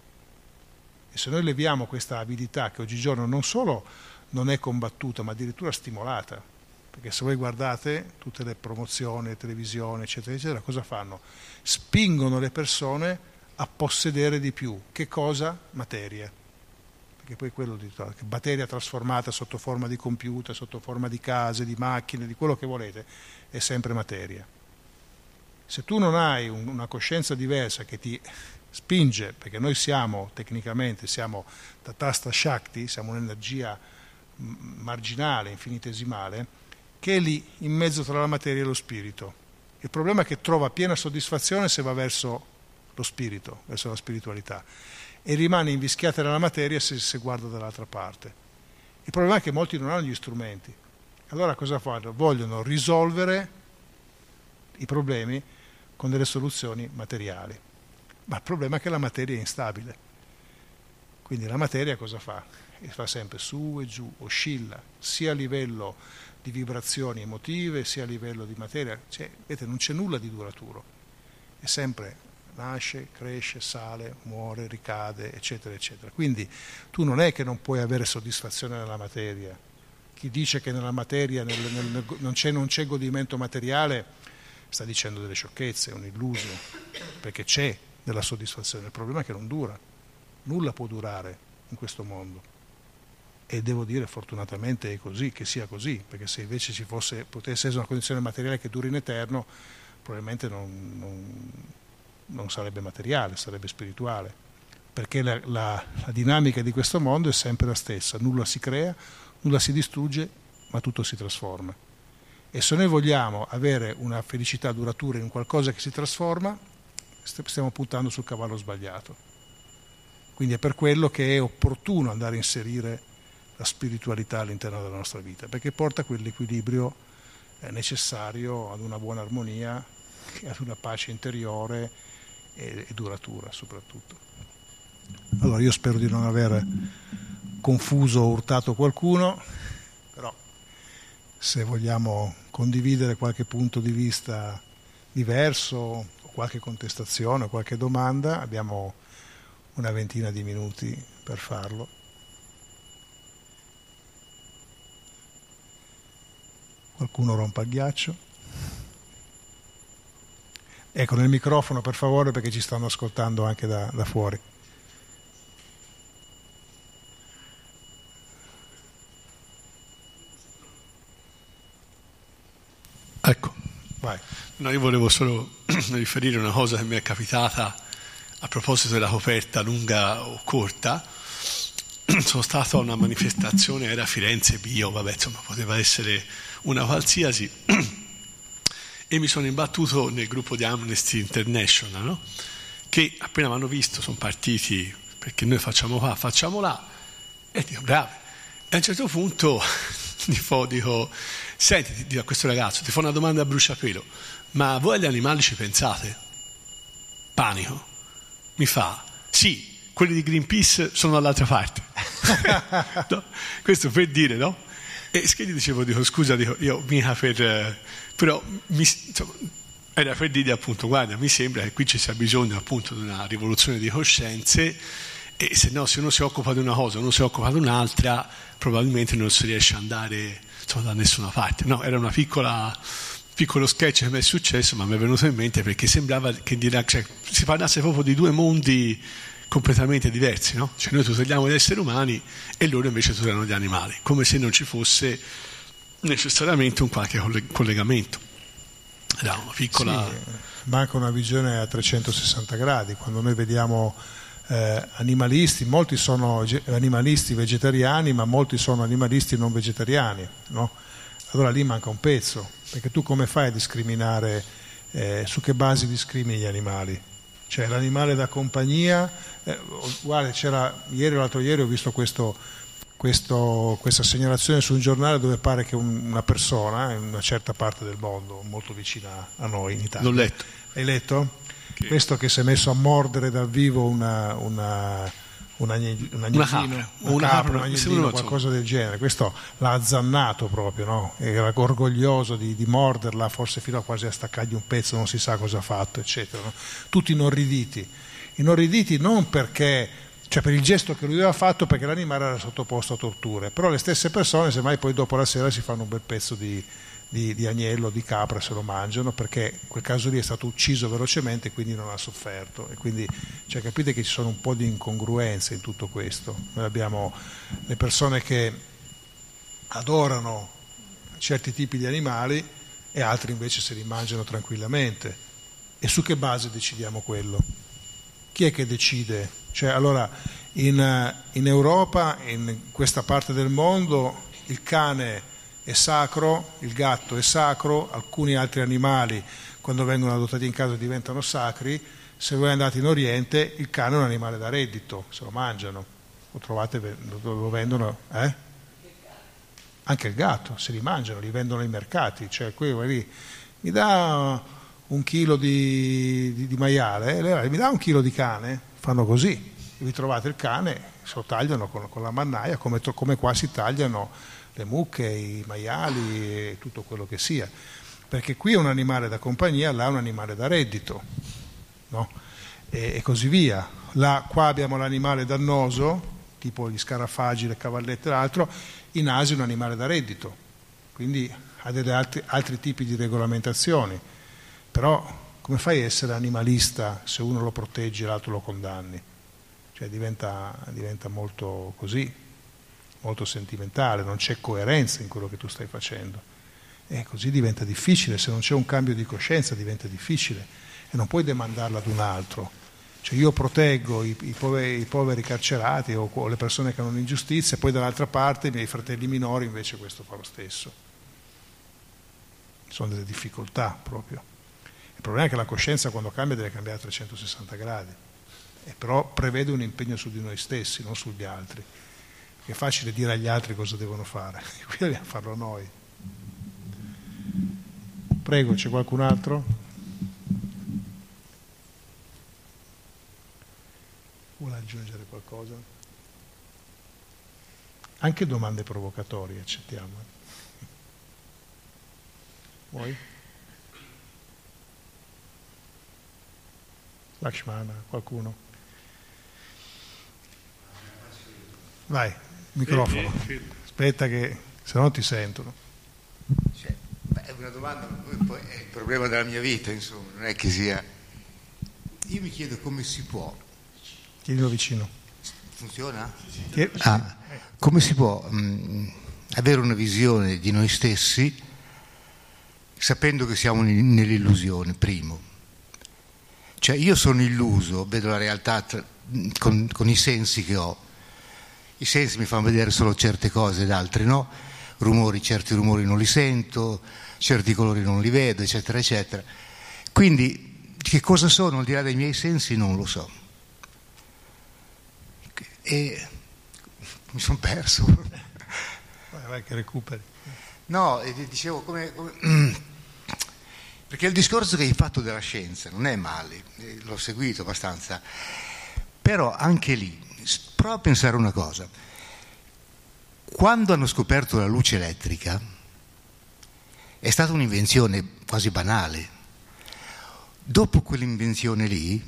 E se noi leviamo questa avidità che oggigiorno non solo non è combattuta, ma addirittura stimolata, perché se voi guardate tutte le promozioni, le televisioni, eccetera, eccetera, cosa fanno? Spingono le persone a possedere di più. Che cosa? Materia. perché poi quello di materia trasformata sotto forma di computer, sotto forma di case, di macchine, di quello che volete, è sempre materia. Se tu non hai una coscienza diversa che ti spinge, perché noi siamo tecnicamente, siamo Tatastha Shakti, siamo un'energia marginale, infinitesimale, che è lì in mezzo tra la materia e lo spirito. Il problema è che trova piena soddisfazione se va verso lo spirito, verso la spiritualità, e rimane invischiata nella materia se guarda dall'altra parte. Il problema è che molti non hanno gli strumenti. Allora cosa fanno? Vogliono risolvere i problemi con delle soluzioni materiali. Ma il problema è che la materia è instabile. Quindi la materia cosa fa? Fa sempre su e giù, oscilla, sia a livello di vibrazioni emotive, sia a livello di materia. Vedete, non c'è nulla di duraturo. È sempre nasce, cresce, sale, muore, ricade, eccetera, eccetera. Quindi tu non è che non puoi avere soddisfazione nella materia. Chi dice che nella materia non c'è godimento materiale sta dicendo delle sciocchezze, è un illuso, perché c'è della soddisfazione. Il problema è che non dura, nulla può durare in questo mondo. E devo dire fortunatamente è così, che sia così, perché se invece potesse essere una condizione materiale che duri in eterno, probabilmente non sarebbe materiale, sarebbe spirituale, perché la dinamica di questo mondo è sempre la stessa, nulla si crea, nulla si distrugge, ma tutto si trasforma. E se noi vogliamo avere una felicità duratura in qualcosa che si trasforma, stiamo puntando sul cavallo sbagliato. Quindi è per quello che è opportuno andare a inserire la spiritualità all'interno della nostra vita, perché porta quell'equilibrio necessario ad una buona armonia, ad una pace interiore e duratura soprattutto. Allora io spero di non aver confuso o urtato qualcuno, però se vogliamo condividere qualche punto di vista diverso, o qualche contestazione o qualche domanda, abbiamo una ventina di minuti per farlo. Qualcuno rompa il ghiaccio? Ecco, nel microfono per favore, perché ci stanno ascoltando anche da fuori. Ecco, vai. No, io volevo solo riferire una cosa che mi è capitata a proposito della coperta lunga o corta. Sono stato a una manifestazione, era Firenze Bio, vabbè, insomma, poteva essere una qualsiasi, e mi sono imbattuto nel gruppo di Amnesty International, no? Che appena mi hanno visto sono partiti, perché noi facciamo qua, facciamo là, e dico bravi. E a un certo punto dico, senti, dico a questo ragazzo, ti fa una domanda a bruciapelo, ma voi agli animali ci pensate? Panico. Mi fa, sì, quelli di Greenpeace sono dall'altra parte. No? Questo per dire, no? E che gli dico, scusa, io mica però insomma, era per dire appunto, guarda, mi sembra che qui ci sia bisogno appunto di una rivoluzione di coscienze, e se no, se uno si occupa di una cosa, uno si occupa di un'altra, probabilmente non si riesce ad andare, insomma, da nessuna parte. No, era una piccolo sketch che mi è successo, ma mi è venuto in mente perché sembrava che si parlasse proprio di due mondi completamente diversi, no? Cioè noi tuteliamo gli esseri umani e loro invece tutelano gli animali, come se non ci fosse necessariamente un qualche collegamento. Era una piccola... Sì, manca una visione a 360 gradi. Quando noi vediamo animalisti, molti sono animalisti vegetariani, ma molti sono animalisti non vegetariani, no? Allora lì manca un pezzo, perché tu come fai a discriminare, su che basi discrimini gli animali? Cioè l'animale da compagnia, guarda, c'era ieri o l'altro ieri ho visto questa segnalazione su un giornale dove pare che una persona in una certa parte del mondo, molto vicina a noi in Italia. L'ho letto. Hai letto? Questo che si è messo a mordere dal vivo un agnellino, un agnellino, qualcosa del genere. Questo l'ha azzannato proprio, no? Era orgoglioso di morderla, forse fino a quasi a staccargli un pezzo, non si sa cosa ha fatto, eccetera, no? Tutti inorriditi non perché, cioè per il gesto che lui aveva fatto, perché l'animale era sottoposto a torture, però le stesse persone semmai poi dopo la sera si fanno un bel pezzo di di agnello, di capra, se lo mangiano, perché in quel caso lì è stato ucciso velocemente e quindi non ha sofferto. E quindi capite che ci sono un po' di incongruenze in tutto questo. Noi abbiamo le persone che adorano certi tipi di animali e altri invece se li mangiano tranquillamente. E su che base decidiamo quello? Chi è che decide? Allora in Europa, in questa parte del mondo, il cane è sacro, il gatto è sacro, alcuni altri animali quando vengono adottati in casa diventano sacri. Se voi andate in Oriente, il cane è un animale da reddito, se lo mangiano, lo trovate, lo vendono, Anche il gatto, se li mangiano, li vendono ai mercati, quello lì, mi dà un chilo di maiale, mi dà un chilo di cane, fanno così, vi trovate il cane, se lo tagliano con la mannaia, come qua si tagliano le mucche, i maiali e tutto quello che sia, perché qui è un animale da compagnia, là è un animale da reddito, no? E così via. Qua abbiamo l'animale dannoso, tipo gli scarafaggi, le cavallette e l'altro. In Asia è un animale da reddito, quindi ha altri tipi di regolamentazioni. Però come fai a essere animalista se uno lo protegge e l'altro lo condanni? Diventa molto così, molto sentimentale, non c'è coerenza in quello che tu stai facendo. E così diventa difficile, se non c'è un cambio di coscienza diventa difficile e non puoi demandarla ad un altro. Io proteggo i poveri carcerati o le persone che hanno un'ingiustizia, poi dall'altra parte i miei fratelli minori invece questo fa lo stesso. Sono delle difficoltà proprio. Il problema è che la coscienza quando cambia deve cambiare a 360 gradi, però prevede un impegno su di noi stessi, non sugli altri. È facile dire agli altri cosa devono fare, qui dobbiamo farlo noi. Prego, c'è qualcun altro? Vuole aggiungere qualcosa? Anche domande provocatorie accettiamo. Vuoi? Lakshmana, qualcuno? Vai, microfono. Aspetta che se no ti sentono. È una domanda, poi è il problema della mia vita, insomma, non è che sia. Io mi chiedo come si può. Chiedilo vicino. Funziona? Sì. Come si può avere una visione di noi stessi sapendo che siamo nell'illusione, primo. Io sono illuso, vedo la realtà con i sensi che ho. I sensi mi fanno vedere solo certe cose ed altre no. Certi rumori non li sento, certi colori non li vedo, eccetera, eccetera. Quindi che cosa sono al di là dei miei sensi non lo so. E mi sono perso. Vai che recuperi. No, dicevo perché il discorso che hai fatto della scienza non è male, l'ho seguito abbastanza, però anche lì prova a pensare una cosa. Quando hanno scoperto la luce elettrica è stata un'invenzione quasi banale. Dopo quell'invenzione lì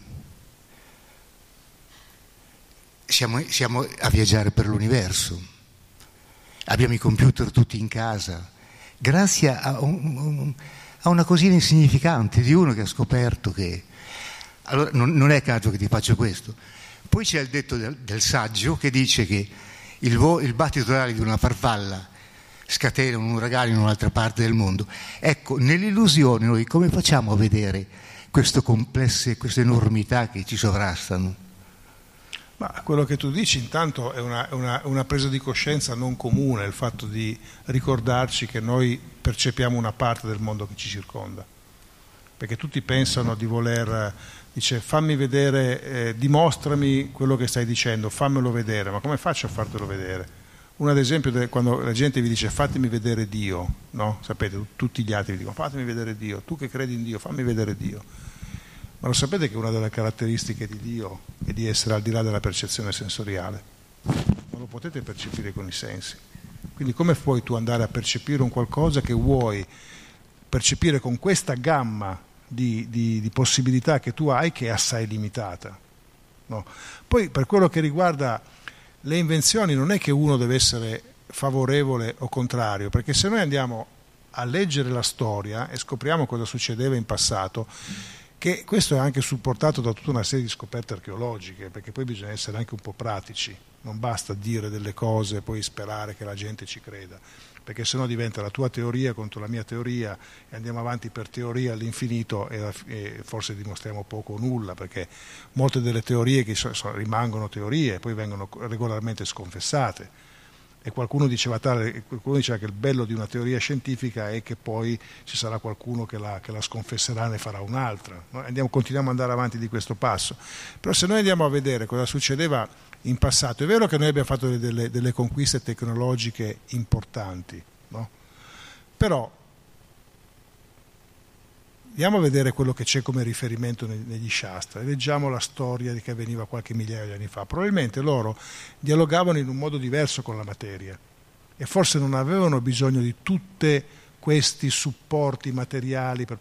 siamo a viaggiare per l'universo, abbiamo i computer tutti in casa, grazie a una cosina insignificante di uno che ha scoperto che... Allora non è caso che ti faccio questo. Poi c'è il detto del saggio che dice che il battito d'ali di una farfalla scatena un uragano in un'altra parte del mondo. Ecco, nell'illusione noi come facciamo a vedere queste complesse, queste enormità che ci sovrastano? Ma quello che tu dici intanto è una presa di coscienza non comune, il fatto di ricordarci che noi percepiamo una parte del mondo che ci circonda, perché tutti pensano di voler, dice fammi vedere, dimostrami quello che stai dicendo, fammelo vedere, ma come faccio a fartelo vedere? Uno ad esempio quando la gente vi dice fatemi vedere Dio, no? Sapete, tutti gli altri vi dicono fatemi vedere Dio, tu che credi in Dio fammi vedere Dio. Ma lo sapete che una delle caratteristiche di Dio è di essere al di là della percezione sensoriale? Non lo potete percepire con i sensi. Quindi come puoi tu andare a percepire un qualcosa che vuoi percepire con questa gamma di possibilità che tu hai, che è assai limitata? No. Poi per quello che riguarda le invenzioni non è che uno deve essere favorevole o contrario, perché se noi andiamo a leggere la storia e scopriamo cosa succedeva in passato, che questo è anche supportato da tutta una serie di scoperte archeologiche, perché poi bisogna essere anche un po' pratici, non basta dire delle cose e poi sperare che la gente ci creda, perché sennò diventa la tua teoria contro la mia teoria e andiamo avanti per teoria all'infinito e forse dimostriamo poco o nulla, perché molte delle teorie che rimangono teorie e poi vengono regolarmente sconfessate. E qualcuno diceva che il bello di una teoria scientifica è che poi ci sarà qualcuno che la sconfesserà e ne farà un'altra. Noi continuiamo ad andare avanti di questo passo. Però se noi andiamo a vedere cosa succedeva in passato, è vero che noi abbiamo fatto delle conquiste tecnologiche importanti, no? Però andiamo a vedere quello che c'è come riferimento negli Shastra, leggiamo la storia che avveniva qualche migliaia di anni fa. Probabilmente loro dialogavano in un modo diverso con la materia e forse non avevano bisogno di tutti questi supporti materiali per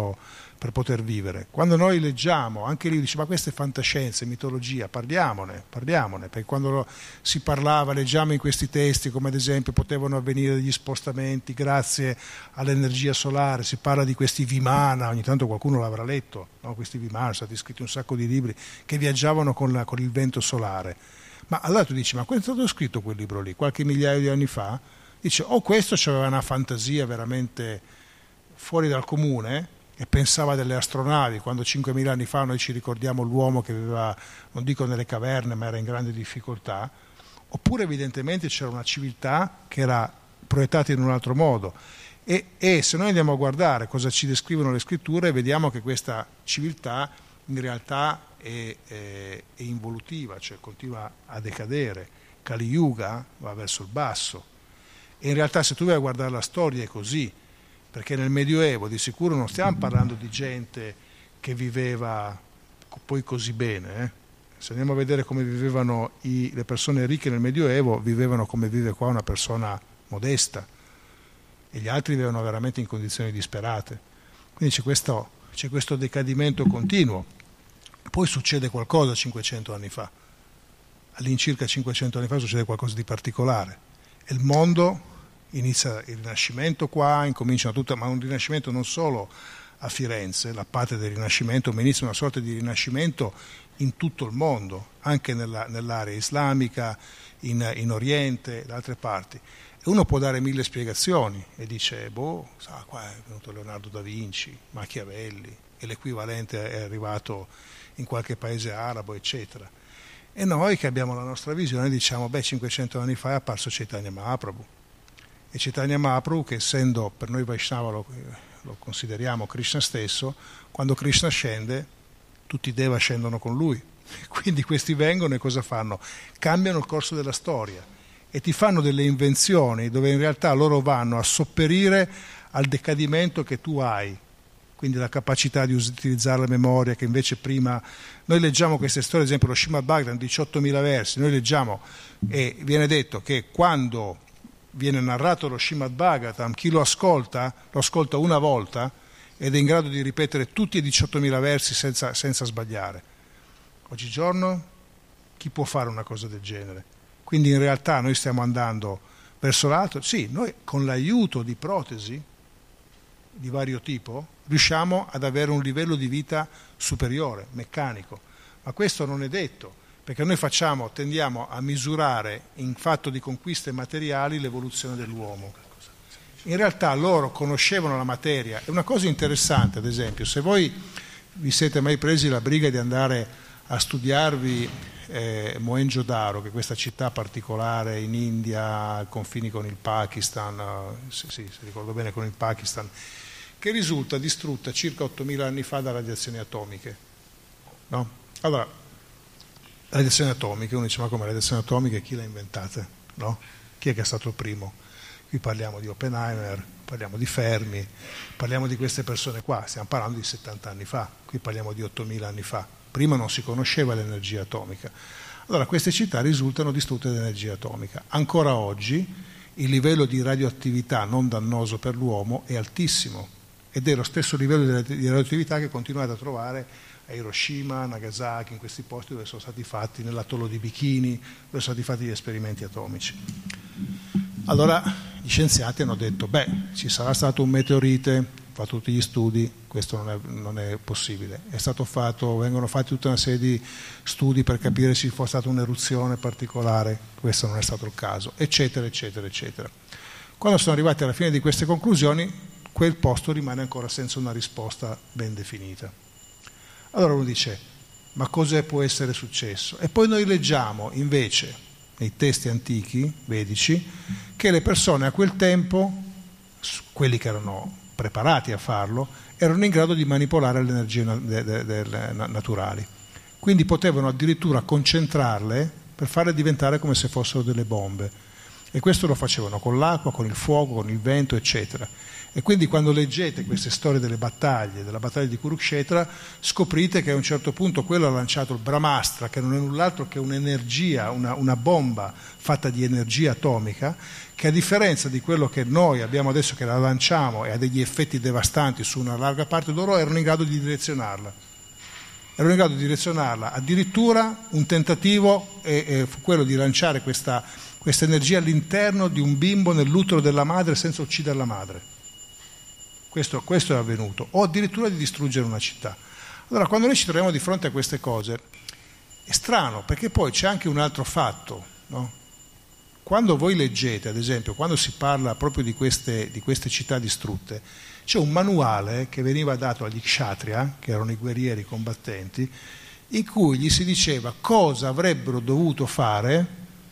poter vivere. Quando noi leggiamo, anche lì dice ma questa è fantascienza, è mitologia, parliamone, perché quando si parlava, leggiamo in questi testi come ad esempio potevano avvenire degli spostamenti grazie all'energia solare, si parla di questi Vimana, ogni tanto qualcuno l'avrà letto, no? Questi Vimana, sono stati scritti un sacco di libri che viaggiavano con il vento solare. Ma allora tu dici, ma quando è stato scritto quel libro lì? Qualche migliaio di anni fa? Dice, questo c'aveva una fantasia veramente fuori dal comune e pensava delle astronavi, quando 5.000 anni fa noi ci ricordiamo l'uomo che viveva, non dico nelle caverne, ma era in grande difficoltà, oppure evidentemente c'era una civiltà che era proiettata in un altro modo. E se noi andiamo a guardare cosa ci descrivono le scritture, vediamo che questa civiltà in realtà è involutiva, cioè continua a decadere. Kali Yuga va verso il basso. E in realtà se tu vai a guardare la storia è così, perché nel Medioevo di sicuro non stiamo parlando di gente che viveva poi così bene. Se andiamo a vedere come vivevano le persone ricche nel Medioevo, vivevano come vive qua una persona modesta e gli altri vivevano veramente in condizioni disperate. Quindi c'è questo decadimento continuo. Poi succede qualcosa 500 anni fa, all'incirca 500 anni fa succede qualcosa di particolare. Il mondo inizia il Rinascimento qua, ma un Rinascimento non solo a Firenze, la patria del Rinascimento, ma inizia una sorta di Rinascimento in tutto il mondo, anche nell'area islamica, in Oriente, da altre parti. E uno può dare 1000 spiegazioni e dice, qua è venuto Leonardo da Vinci, Machiavelli, e l'equivalente è arrivato in qualche paese arabo, eccetera. E noi che abbiamo la nostra visione diciamo, 500 anni fa è apparso Chaitanya Mahaprabhu. E Chaitanya Mahaprabhu, che essendo per noi Vaishnava lo consideriamo Krishna stesso, quando Krishna scende, tutti i Deva scendono con lui. Quindi questi vengono e cosa fanno? Cambiano il corso della storia e ti fanno delle invenzioni dove in realtà loro vanno a sopperire al decadimento che tu hai. Quindi la capacità di utilizzare la memoria, che invece prima noi leggiamo queste storie, ad esempio lo Srimad Bhagavatam, 18.000 versi, noi leggiamo e viene detto che quando viene narrato lo Srimad Bhagavatam, chi lo ascolta una volta ed è in grado di ripetere tutti i 18.000 versi senza sbagliare. Oggigiorno chi può fare una cosa del genere? Quindi in realtà noi stiamo andando verso l'alto, sì, noi con l'aiuto di protesi di vario tipo riusciamo ad avere un livello di vita superiore, meccanico, ma questo non è detto, perché noi tendiamo a misurare in fatto di conquiste materiali l'evoluzione dell'uomo. In realtà loro conoscevano la materia. È una cosa interessante, ad esempio, se voi vi siete mai presi la briga di andare a studiarvi Mohenjo-Daro, che è questa città particolare in India, ai confini con il Pakistan, se ricordo bene con il Pakistan, che risulta distrutta circa 8.000 anni fa da radiazioni atomiche. No? Allora, radiazioni atomiche, uno dice ma come radiazioni atomiche chi le ha inventate? No? Chi è che è stato il primo? Qui parliamo di Oppenheimer, parliamo di Fermi, parliamo di queste persone qua, stiamo parlando di 70 anni fa, qui parliamo di 8.000 anni fa. Prima non si conosceva l'energia atomica. Allora queste città risultano distrutte dall'energia atomica. Ancora oggi il livello di radioattività non dannoso per l'uomo è altissimo ed è lo stesso livello di radioattività che continuate a trovare a Hiroshima, Nagasaki, in questi posti dove sono stati fatti, nell'atollo di Bikini, dove sono stati fatti gli esperimenti atomici. Allora gli scienziati hanno detto, ci sarà stato un meteorite, fatto tutti gli studi, questo non è possibile. Vengono fatti tutta una serie di studi per capire se ci fosse stata un'eruzione particolare, questo non è stato il caso, eccetera, eccetera, eccetera. Quando sono arrivati alla fine di queste conclusioni, quel posto rimane ancora senza una risposta ben definita. Allora uno dice, ma cosa può essere successo? E poi noi leggiamo invece nei testi antichi, vedici, che le persone a quel tempo, quelli che erano preparati a farlo, erano in grado di manipolare le energie naturali. Quindi potevano addirittura concentrarle per farle diventare come se fossero delle bombe. E questo lo facevano con l'acqua, con il fuoco, con il vento, eccetera. E quindi quando leggete queste storie della battaglia di Kurukshetra, scoprite che a un certo punto quello ha lanciato il Brahmastra, che non è null'altro che un'energia, una bomba fatta di energia atomica, che a differenza di quello che noi abbiamo adesso, che la lanciamo e ha degli effetti devastanti su una larga parte loro, erano in grado di direzionarla. Addirittura un tentativo fu quello di lanciare questa energia all'interno di un bimbo nell'utero della madre senza uccidere la madre. Questo è avvenuto, o addirittura di distruggere una città. Allora, quando noi ci troviamo di fronte a queste cose, è strano, perché poi c'è anche un altro fatto, no? Quando voi leggete, ad esempio, quando si parla proprio di queste città distrutte, c'è un manuale che veniva dato agli kshatriya, che erano i guerrieri combattenti, in cui gli si diceva cosa avrebbero dovuto fare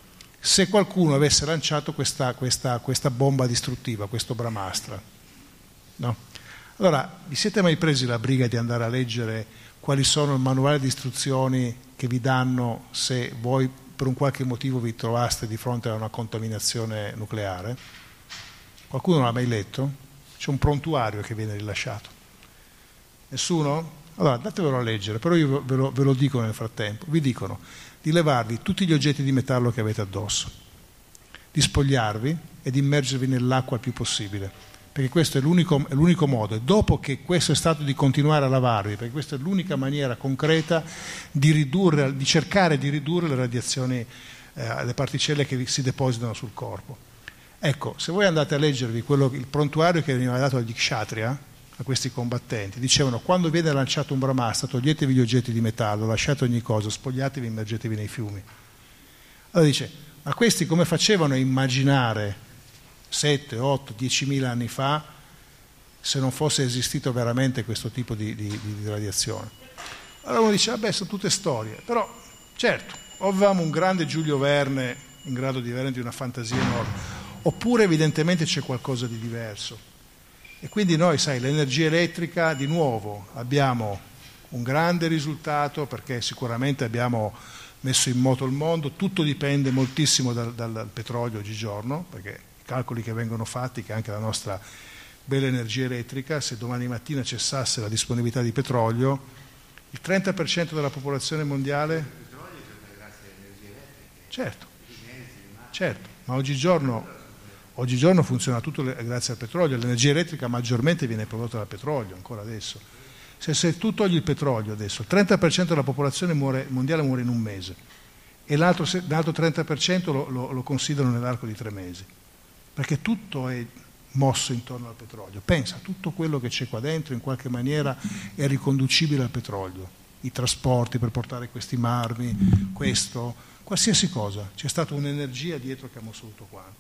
se qualcuno avesse lanciato questa bomba distruttiva, questo Brahmastra. No? Allora, vi siete mai presi la briga di andare a leggere quali sono il manuale di istruzioni che vi danno se voi per un qualche motivo vi trovaste di fronte a una contaminazione nucleare? Qualcuno l'ha mai letto? C'è un prontuario che viene rilasciato. Nessuno? Allora, datevelo a leggere, però io ve lo dico nel frattempo. Vi dicono di levarvi tutti gli oggetti di metallo che avete addosso, di spogliarvi e di immergervi nell'acqua il più possibile, perché questo è l'unico modo, e dopo che questo è stato di continuare a lavarvi, perché questa è l'unica maniera concreta di cercare di ridurre le radiazioni, le particelle che si depositano sul corpo. Ecco, se voi andate a leggervi il prontuario che veniva dato agli kshatriya, a questi combattenti, dicevano: quando viene lanciato un Brahmastra, toglietevi gli oggetti di metallo, lasciate ogni cosa, spogliatevi, immergetevi nei fiumi. Allora dice, ma questi come facevano a immaginare 7, 8, 10.000 anni fa, se non fosse esistito veramente questo tipo di radiazione? Allora uno dice, vabbè, sono tutte storie, però certo, o avevamo un grande Giulio Verne in grado di avere una fantasia enorme, oppure evidentemente c'è qualcosa di diverso. E quindi noi, sai, l'energia elettrica, di nuovo, abbiamo un grande risultato, perché sicuramente abbiamo messo in moto il mondo, tutto dipende moltissimo dal petrolio oggigiorno, perché i calcoli che vengono fatti, che anche la nostra bella energia elettrica, se domani mattina cessasse la disponibilità di petrolio, il 30% della popolazione mondiale... Certo, ma oggigiorno funziona tutto grazie al petrolio, l'energia elettrica maggiormente viene prodotta dal petrolio, ancora adesso. Se tu togli il petrolio adesso, il 30% della popolazione mondiale muore in un mese e l'altro 30% lo considerano nell'arco di 3 mesi, perché tutto è mosso intorno al petrolio. Pensa, tutto quello che c'è qua dentro in qualche maniera è riconducibile al petrolio, i trasporti per portare questi marmi, questo, qualsiasi cosa, c'è stata un'energia dietro che ha mosso tutto quanto.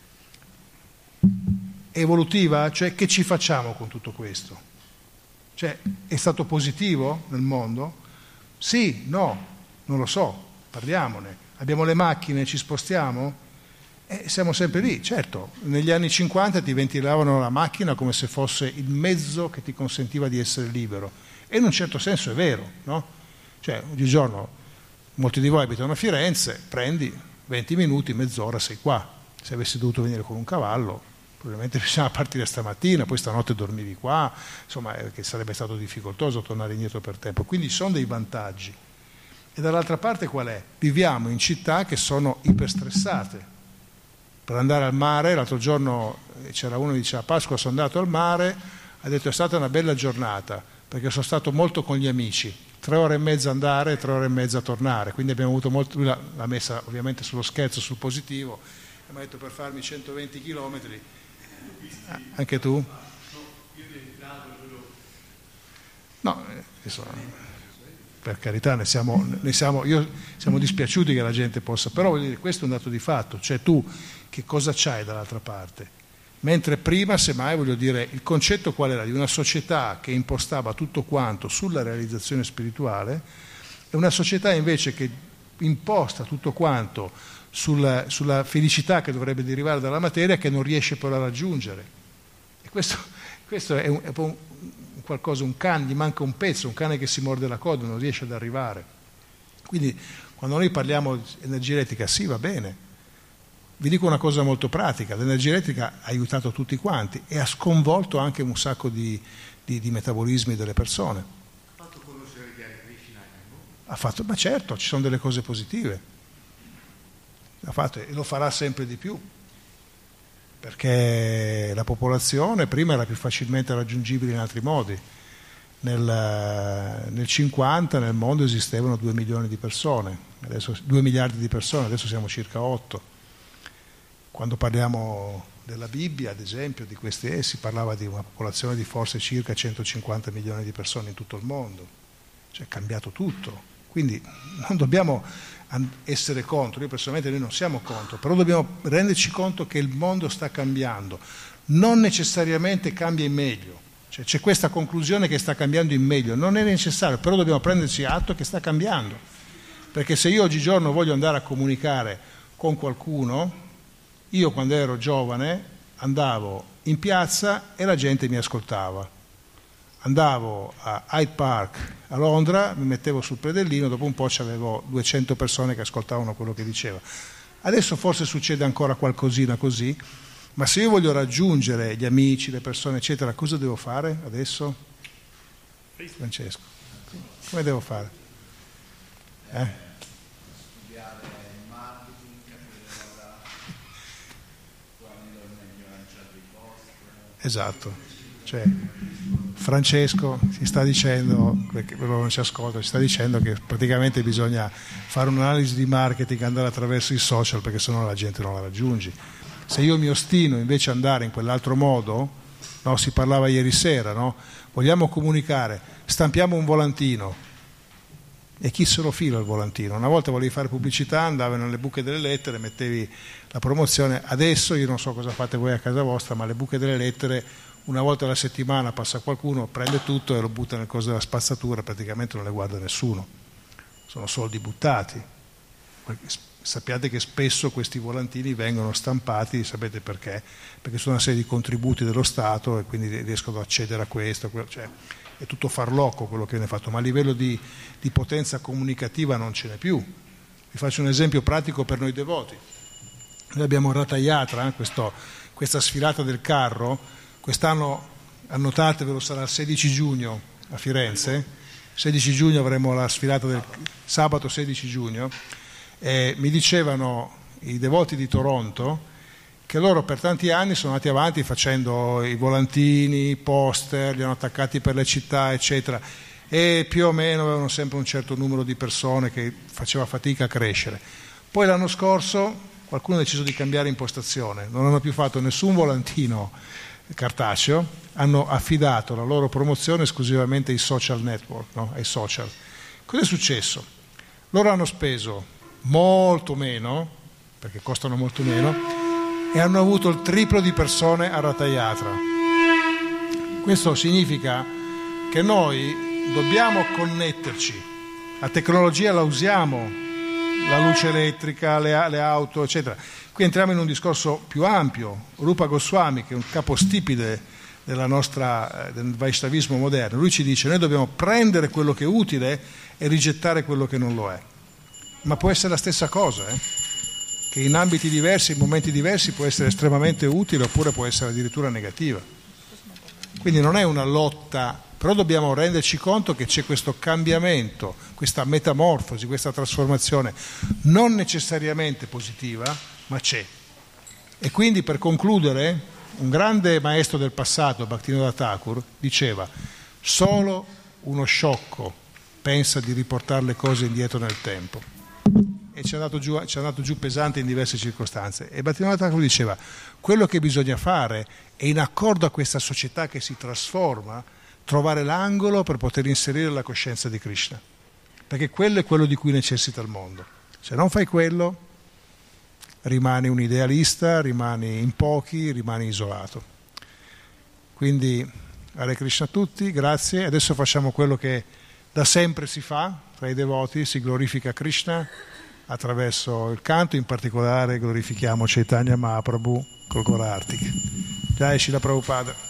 Evolutiva? Cioè, che ci facciamo con tutto questo? Cioè, è stato positivo nel mondo? Sì, no, non lo so, parliamone. Abbiamo le macchine, ci spostiamo? Siamo sempre lì, certo. Negli anni 50 ti ventilavano la macchina come se fosse il mezzo che ti consentiva di essere libero. E in un certo senso è vero, no? Cioè, oggigiorno molti di voi abitano a Firenze, prendi 20 minuti, mezz'ora, sei qua. Se avessi dovuto venire con un cavallo, probabilmente bisognava partire stamattina, poi stanotte dormivi qua, insomma, che sarebbe stato difficoltoso tornare indietro per tempo. Quindi ci sono dei vantaggi. E dall'altra parte qual è? Viviamo in città che sono iperstressate. Per andare al mare, l'altro giorno c'era uno che diceva: a Pasqua sono andato al mare, ha detto è stata una bella giornata, perché sono stato molto con gli amici, 3 ore e mezza andare, 3 ore e mezza tornare, quindi abbiamo avuto molto, lui l'ha messa ovviamente sullo scherzo, sul positivo, mi ha detto per farmi 120 chilometri. Anche tu? No, per carità, siamo dispiaciuti che la gente possa, però voglio dire, questo è un dato di fatto, cioè tu che cosa c'hai dall'altra parte? Mentre prima, semmai, voglio dire, il concetto qual era? Di una società che impostava tutto quanto sulla realizzazione spirituale e una società invece che imposta tutto quanto sulla felicità che dovrebbe derivare dalla materia che non riesce poi a raggiungere. E questo è un qualcosa, un cane, gli manca un pezzo, un cane che si morde la coda, non riesce ad arrivare. Quindi quando noi parliamo di energia elettrica, sì, va bene. Vi dico una cosa molto pratica, l'energia elettrica ha aiutato tutti quanti e ha sconvolto anche un sacco di metabolismi delle persone. Ha fatto conoscere Hare Krishna. Ha fatto, ma certo, ci sono delle cose positive. Ha fatto e lo farà sempre di più, perché la popolazione prima era più facilmente raggiungibile in altri modi. Nel 50 nel mondo esistevano 2 milioni di persone, adesso 2 miliardi di persone, adesso siamo circa 8. Quando parliamo della Bibbia, ad esempio, di questi si parlava di una popolazione di forse circa 150 milioni di persone in tutto il mondo, cioè è cambiato tutto. Quindi non dobbiamo essere contro, io personalmente noi non siamo contro, però dobbiamo renderci conto che il mondo sta cambiando, non necessariamente cambia in meglio, cioè, c'è questa conclusione che sta cambiando in meglio, non è necessario, però dobbiamo prenderci atto che sta cambiando, perché se io oggigiorno voglio andare a comunicare con qualcuno, io quando ero giovane andavo in piazza e la gente mi ascoltava. Andavo a Hyde Park a Londra, mi mettevo sul predellino, dopo un po' c'avevo 200 persone che ascoltavano quello che diceva. Adesso forse succede ancora qualcosina così, ma se io voglio raggiungere gli amici, le persone, eccetera, cosa devo fare adesso? Francesco, come devo fare? Studiare il marketing, capire qual è il meglio lanciato i post. Esatto. Cioè, Francesco ci sta dicendo, perché non ci ascolta, ci sta dicendo che praticamente bisogna fare un'analisi di marketing, andare attraverso i social, perché sennò la gente non la raggiungi. Se io mi ostino invece ad andare in quell'altro modo, no, si parlava ieri sera, no? Vogliamo comunicare, stampiamo un volantino e chi se lo fila il volantino? Una volta volevi fare pubblicità, andavi nelle buche delle lettere, mettevi la promozione. Adesso io non so cosa fate voi a casa vostra, ma le buche delle lettere una volta alla settimana passa qualcuno, prende tutto e lo butta nel coso della spazzatura, praticamente non le guarda nessuno, sono soldi buttati. Sappiate che spesso questi volantini vengono stampati, sapete perché? Perché sono una serie di contributi dello Stato e quindi riescono ad accedere a questo, cioè è tutto farlocco quello che viene fatto, ma a livello di potenza comunicativa non ce n'è più. Vi faccio un esempio pratico per noi devoti. Noi abbiamo Ratha Yatra, questa sfilata del carro. Quest'anno, annotatevelo, sarà il 16 giugno a Firenze, 16 giugno avremo la sfilata del sabato 16 giugno, e mi dicevano i devoti di Toronto che loro per tanti anni sono andati avanti facendo i volantini, i poster, li hanno attaccati per le città, eccetera, e più o meno avevano sempre un certo numero di persone che faceva fatica a crescere. Poi l'anno scorso qualcuno ha deciso di cambiare impostazione, non hanno più fatto nessun volantino cartaceo, hanno affidato la loro promozione esclusivamente ai social network, no? Ai social. Cosa è successo? Loro hanno speso molto meno, perché costano molto meno, e hanno avuto il triplo di persone a Ratha Yatra. Questo significa che noi dobbiamo connetterci, la tecnologia la usiamo, la luce elettrica, le auto, eccetera. Qui entriamo in un discorso più ampio. Rupa Goswami, che è un capostipite del Vaishnavismo moderno, lui ci dice: noi dobbiamo prendere quello che è utile e rigettare quello che non lo è. Ma può essere la stessa cosa, che in ambiti diversi, in momenti diversi può essere estremamente utile oppure può essere addirittura negativa. Quindi non è una lotta, però dobbiamo renderci conto che c'è questo cambiamento, questa metamorfosi, questa trasformazione non necessariamente positiva, ma c'è. E quindi, per concludere, un grande maestro del passato, Bhaktivinoda Thakur, diceva: solo uno sciocco pensa di riportare le cose indietro nel tempo. e ci è andato giù pesante in diverse circostanze. E Bhattivinoda Thakur diceva: quello che bisogna fare è, in accordo a questa società che si trasforma, trovare l'angolo per poter inserire la coscienza di Krishna, perché quello è quello di cui necessita il mondo. Se non fai quello, rimani un idealista, rimani in pochi, rimani isolato. Quindi Hare Krishna a tutti, grazie. Adesso facciamo quello che da sempre si fa tra i devoti, si glorifica Krishna attraverso il canto, in particolare glorifichiamo Chaitanya Mahaprabhu col Gora Artik. Jai Srila Prabhupada.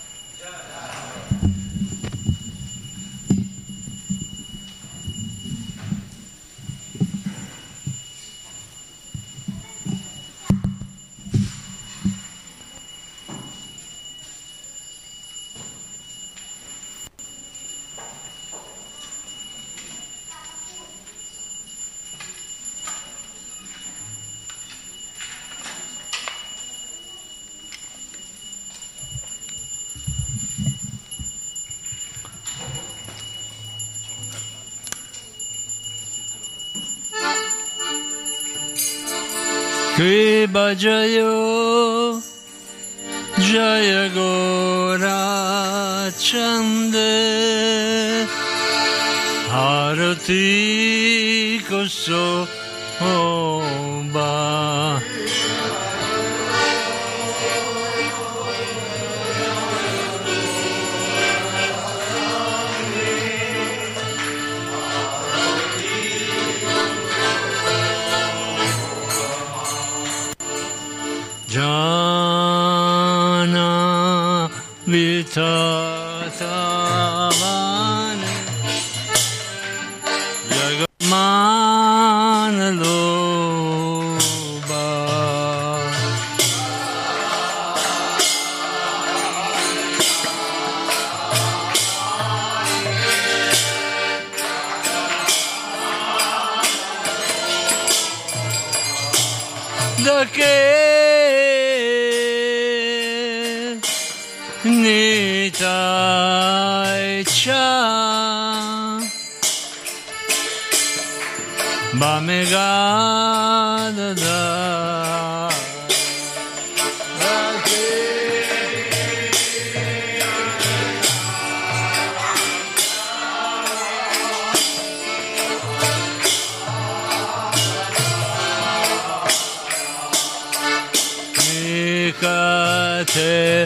Kripa Jayo Jaya Gora Chande Harati Kosoba Jana Vitatavane Jagamana Loba Da che Nitai cha Bamegada da Nikate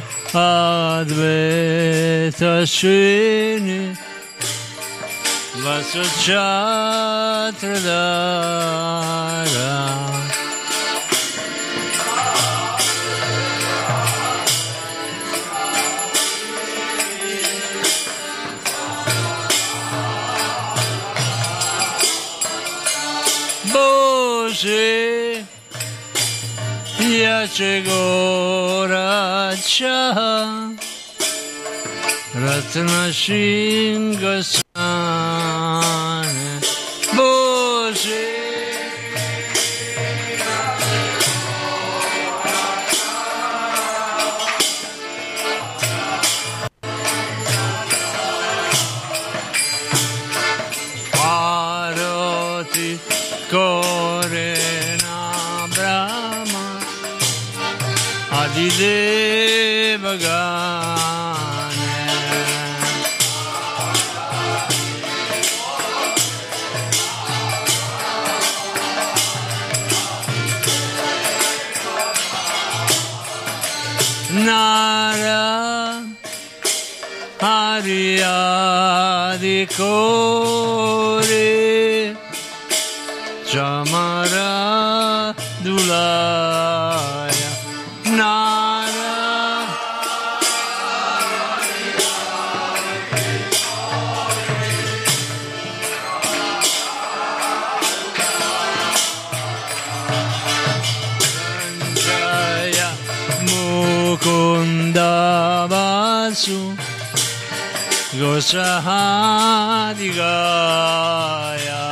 Advaita Srini Vasachatradara Bose Yache Gora Cha Ratna Shingasane Bose Paroti Korena Brahma Adideva Gane Nara Ariadi Kore Chamara Dulaya Nara Jaya Mukunda Vasu Gosahadi Gaya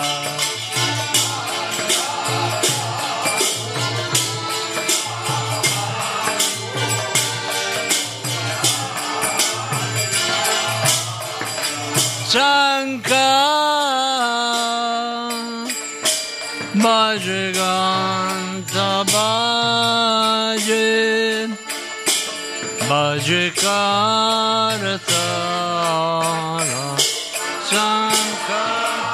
Shankar Bhajga baje, baje karatala, sankara.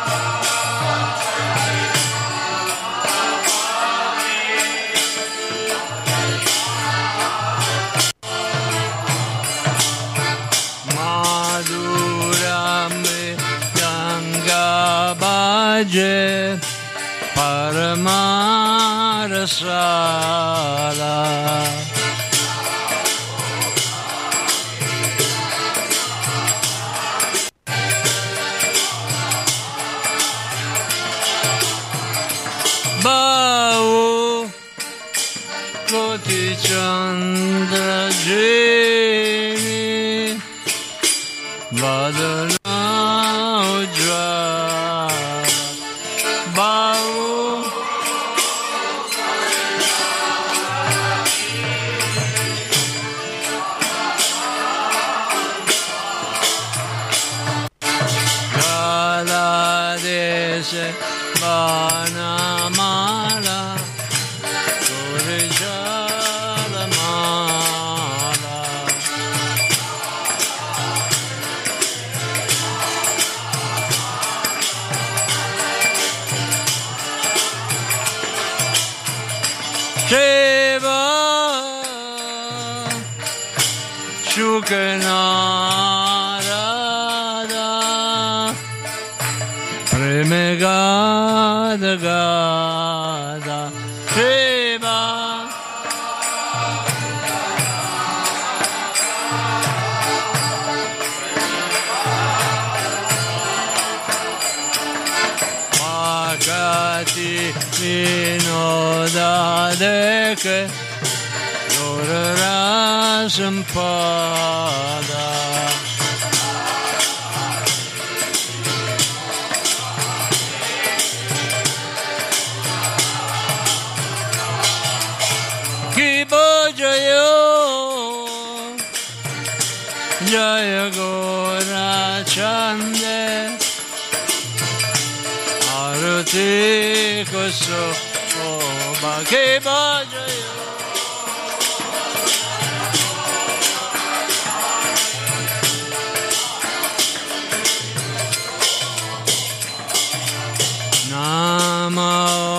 Madhurame Ganga baje, Paramarasala. Bhau Koti Chandra Jini Vadana Ujjvala. Bhau Galadeshe Vanamala Kurijalamala. Shiva Shukanarada Premigada Gada Shiva Makati Vinoda Deke Sampada. Kibo Jayo Jaya Gora Chande Aruti Koso Oba Kibo Jayo Namo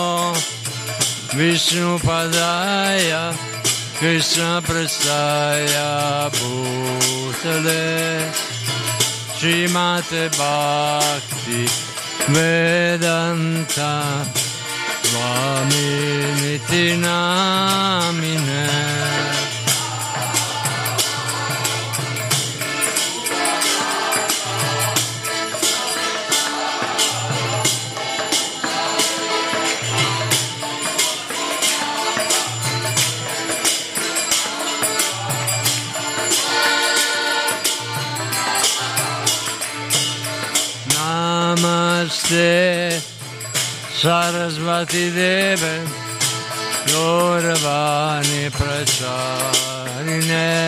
Vishnu Padaya Krishna Prasaya Bhutale Srimate Bhakti Vedanta Swami Niti Namine. Namaste Sarasvati Deve Gauravani Pracharine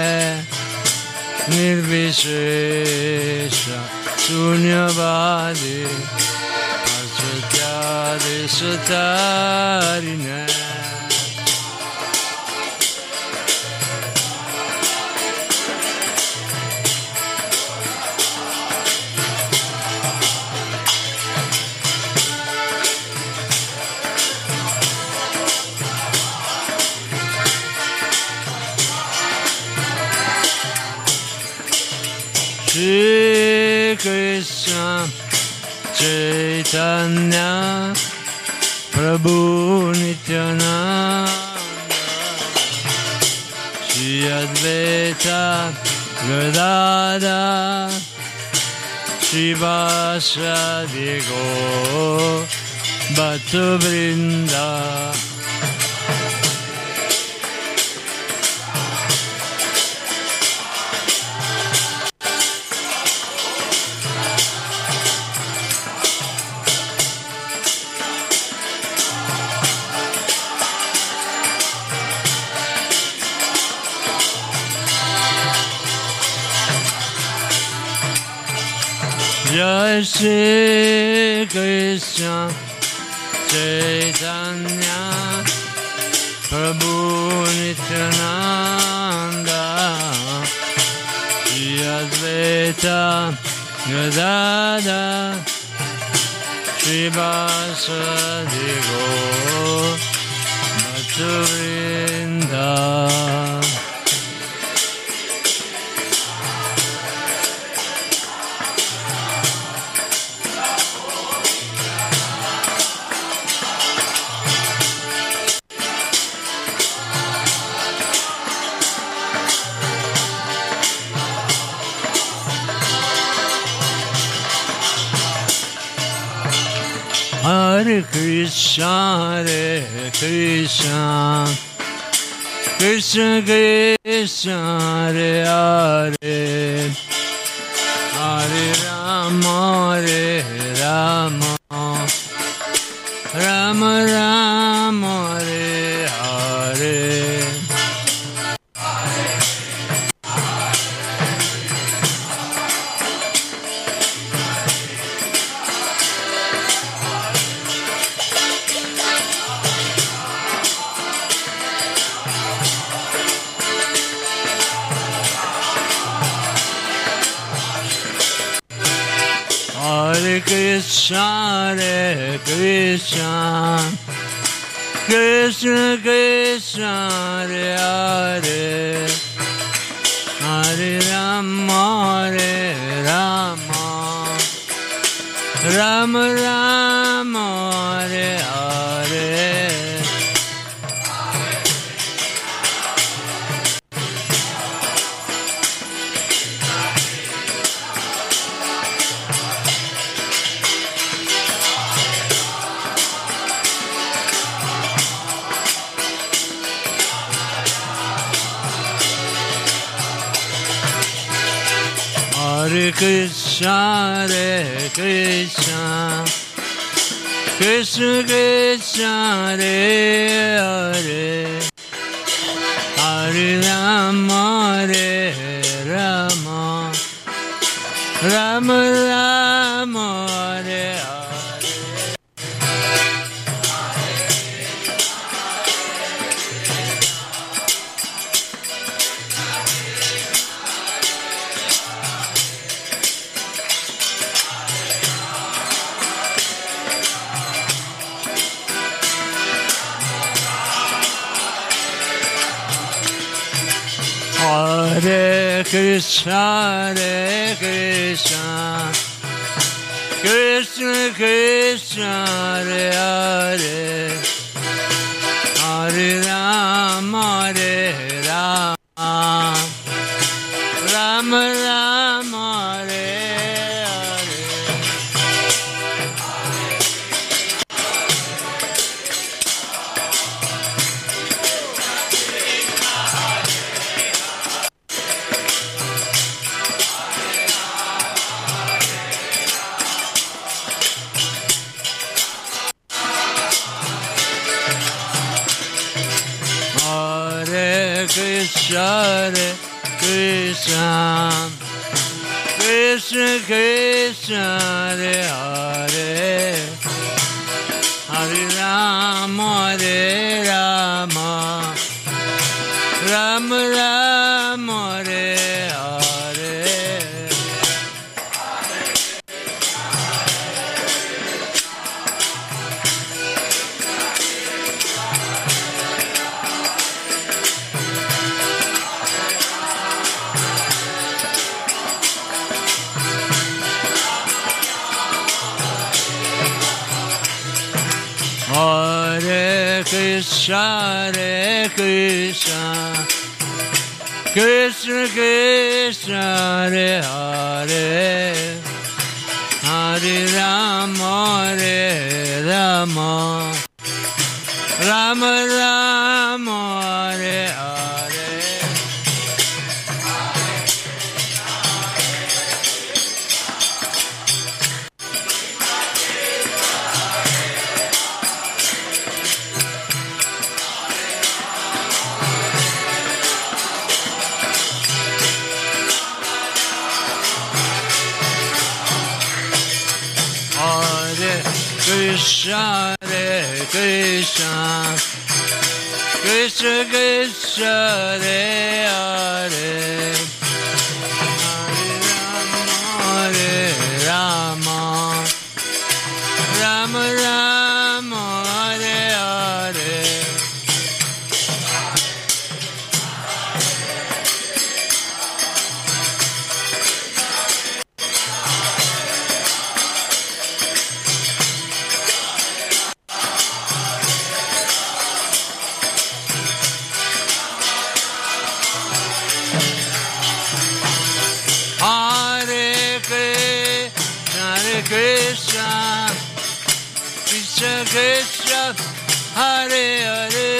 Nirvishesha Sunyavadi Pachatyadi Sutarine. Shri Krishna Chaitanya Prabhu Nityananda Shri Advaita Gadadhar Shivasadi Gaur Bhattu Vrinda. Jai Shri Krishna Chaitanya Prabhu Nityananda Shri Advaita Gadada Shri Vasadi Gaur Bhattavrinda. Hare Krishna, Krishna Krishna, Hare Hare, Hare Rama, Rama Rama, Hare Hare. Hare Krishna, Krishna Krishna, Hare Hare, Hare Rama, Rama Rama, Hare Hare. Hare Krishna, Krishna Krishna, Hare Hare, Hare Rama, Rama Rama, Hare Hare. Hare Krishna, Krishna Krishna, Hare Hare, Hare Rama, Rama Rama, Hare Hare. Krishna, Krishna Krishna, Hare Hare, Hare Rama, Rama Rama, Hare Hare. Hare Krishna, Krishna Krishna, Hare Hare, Hare Rama, Rama Rama, Hare Hare. Krishna, Krishna Krishna Krishna Hare Hare Hare Rama Rama Rama Hare Hare Krishna, Krishna Krishna, Hare Hare,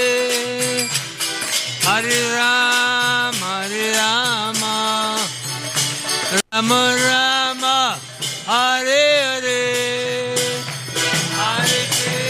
Hare Rama, Rama Rama, Hare Hare, Hare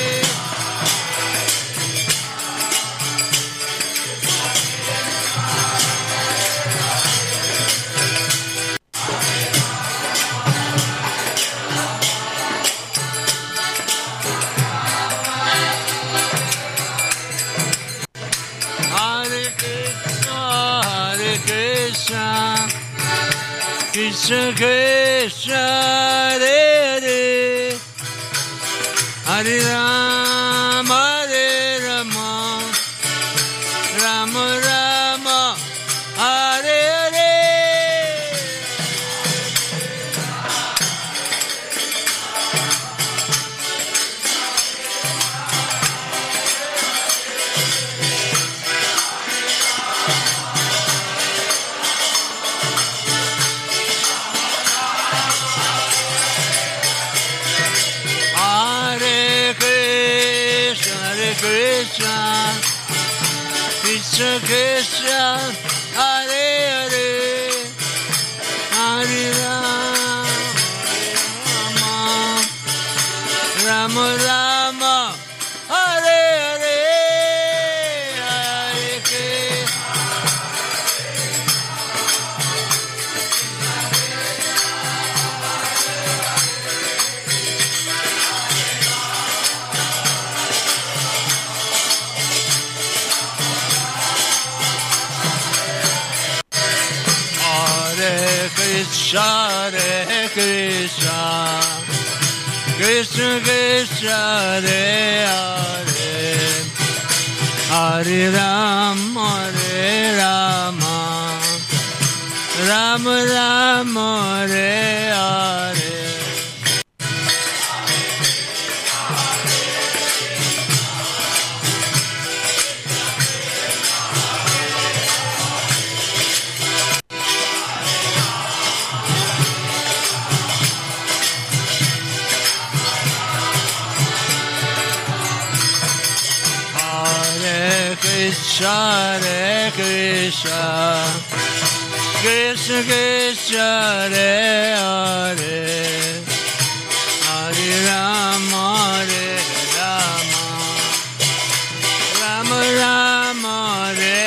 Krishna Krishna Hare Hare Hare Rama Rama Rama Hare Hare Krishna, Krishna Krishna, Hare Hare, Hare Rama, Rama Rama, Hare Hare, Hare Krishna, Hare Krishna, Krishna Krishna, Hare Hare, Hare Rama, Rama Rama, Hare Hare. Krishna, Hare Krishna, Krishna Krishna, Hare Hare, Hare Rama, Rama Rama, Hare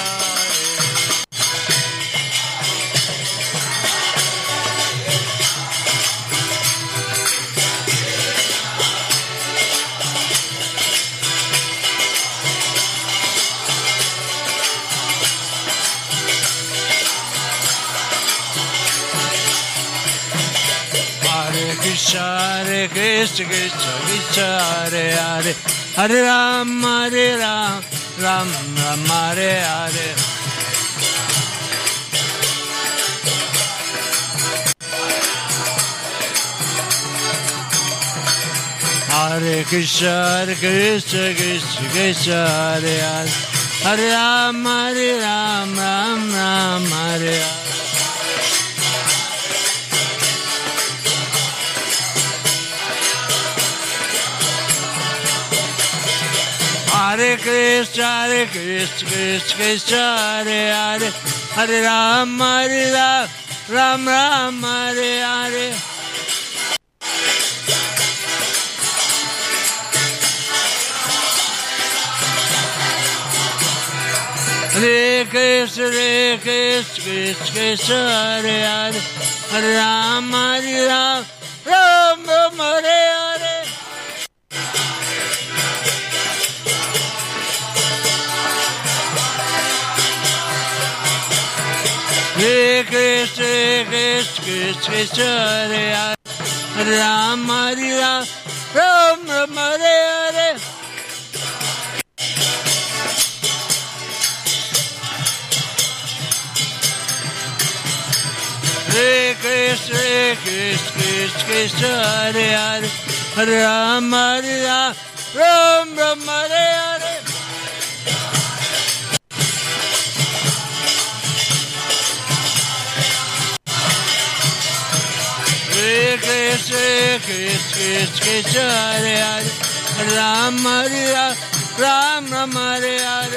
Krishna, Hare Krishna, Krishna Krishna, Hare Hare, Hare Rama, Rama Rama, Hare Hare. Hare Krishna, Krishna Krishna, Hare Hare, Hare Rama, Rama Rama, Hare Hare. Hare Krishna, Krishna Krishna, Hare Hare, Hare Rama, Rama Rama, Hare Hare. Hare Krishna, Krishna, Hare Hare, Hare Rama, Rama Rama, Hare Hare. Hare Krishna, Krishna Krishna, Hare Hare, Hare Rama, Hare Rama, Rama Rama, Hare Hare. Hare Krishna, Krishna Krishna, Hare Hare, Hare Rama, Hare Rama, Rama Rama, Hare Hare. Hare Krishna, Krishna Krishna, Hare Hare, Hare Rama, Hare Rama, Rama Rama, Hare Hare.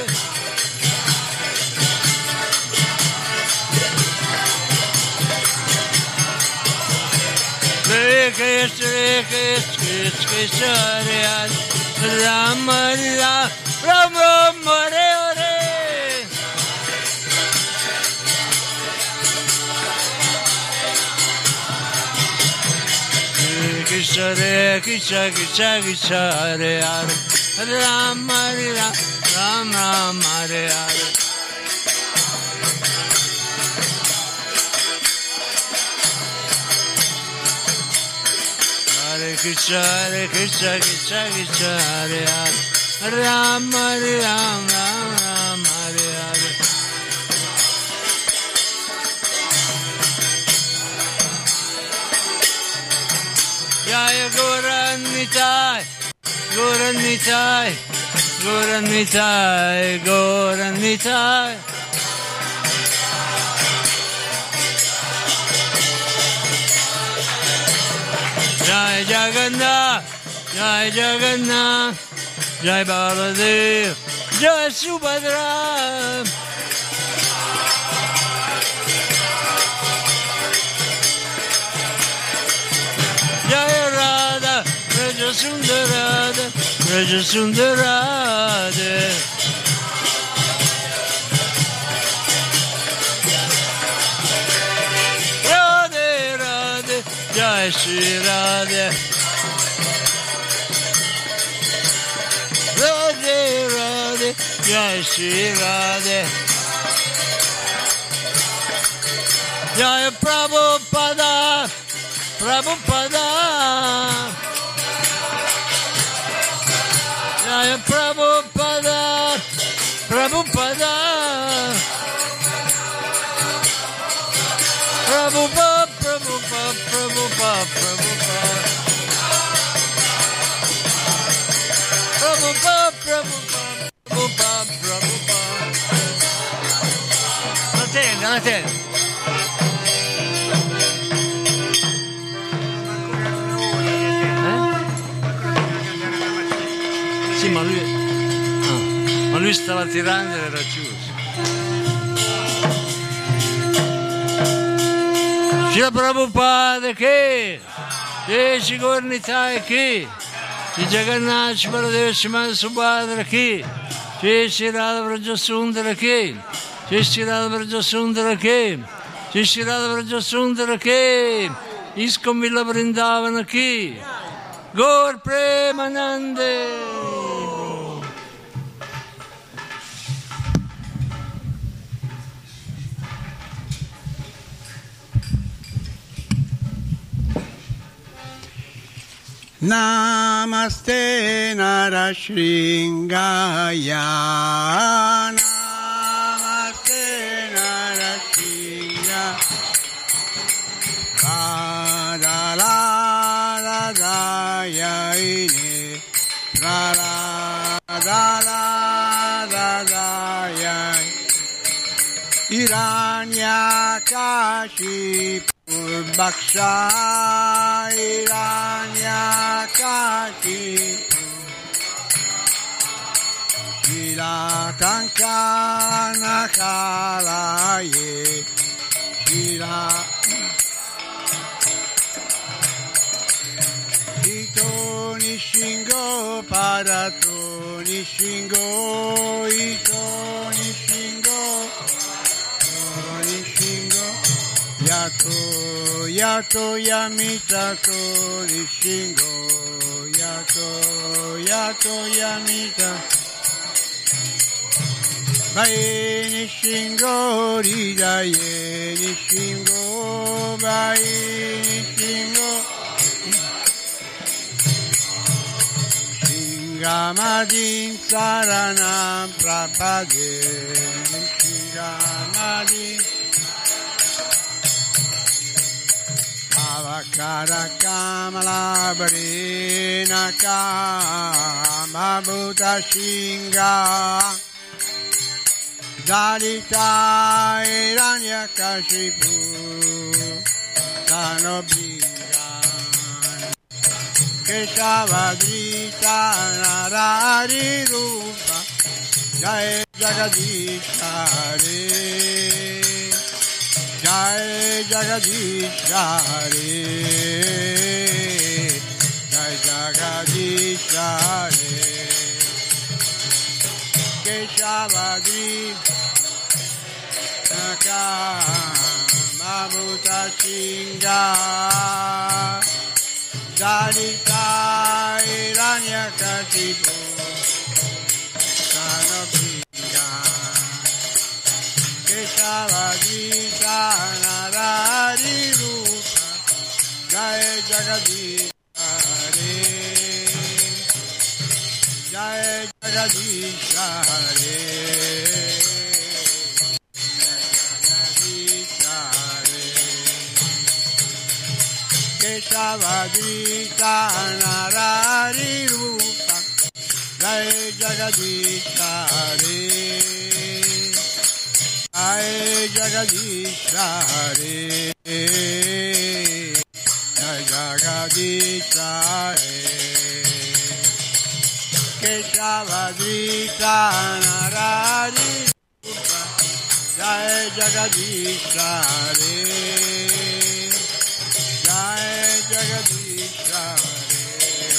Hare Krishna, Krishna Krishna, Hare Hare, Hare Rama, Hare Rama, Rama Rama, Hare Hare. Krishna, Hare Krishna, Krishna Krishna, Hare Hare, Hare Rama, Hare Rama, Rama Rama, Hare Hare. Hare Krishna, Krishna Krishna, Hare Hare, Hare Rama, Hare Rama, Rama Rama, Hare Hare. Jaya Gauranitai, Gauranitai, Gauranitai, Gauranitai. Jai Jagannath, Jai Jagannath, Jai Baladev, Jai Subhadra. Jai Radha, Raja Sundarada, Raja Sundarada. Radhe Radhe, Jai Shri Radhe. Radhe Radhe, Jai Shri Radhe. Jai Prabhupada, Prabhupada, Jaya Prabhupada, Prabhupada, Prabhupada, Prabhupada, Prabhupada, Prabhupada, Prabhupada, Prabhupada, Prabhupada. La tenga, la tenga. Sì, ma lui stava tirando e era chiuso. Shri Prabhupada che? Shri Gauranitai che? Shri Jagannath Baladev Shri Subhadra che? Shri Radha Vrajasundara che? Shri Radha Vrajasundara che? Shri Radha Vrajasundara che? Iskon Villa Vrindavana che? Gaur Premanande. Namaste Narashringaya, Namaste Narashringaya, Radhaladayine, Radhaladayine, Hiranyakashi Bhaksha, Hiranyakashi Shilakankana Kalaye Shila Ito Nishingo Parato Nishingo Ito Nishingo Nishingo Yato Yato Yamitako Nishingo Yato Yato Yamita Vai Nishingo Ridaye Nishingo Vai Nishingo Shingamadin Saranam Prapade Shingamadin Avakara Kamala Barina Kama Bhuta Shinga Dalita Hiranyakashipu Tanobingan Keshavadrita Narari Rupa Jai Jagadishare Jai Jagadishare Jai Jagadishare Keshavadrita Mabuta Shinga Dalita Hiranyakashipu Tanobinga Keshavadita Narari Rupa Jai Jagadishare Jai Jagadishare Keshavadrita Narari Rupa Jai Jagadishare Jai Jagadishare Jai Jagadishare Keshavadrita Narari Rupa Jai Jagadishare Jai Jagadishare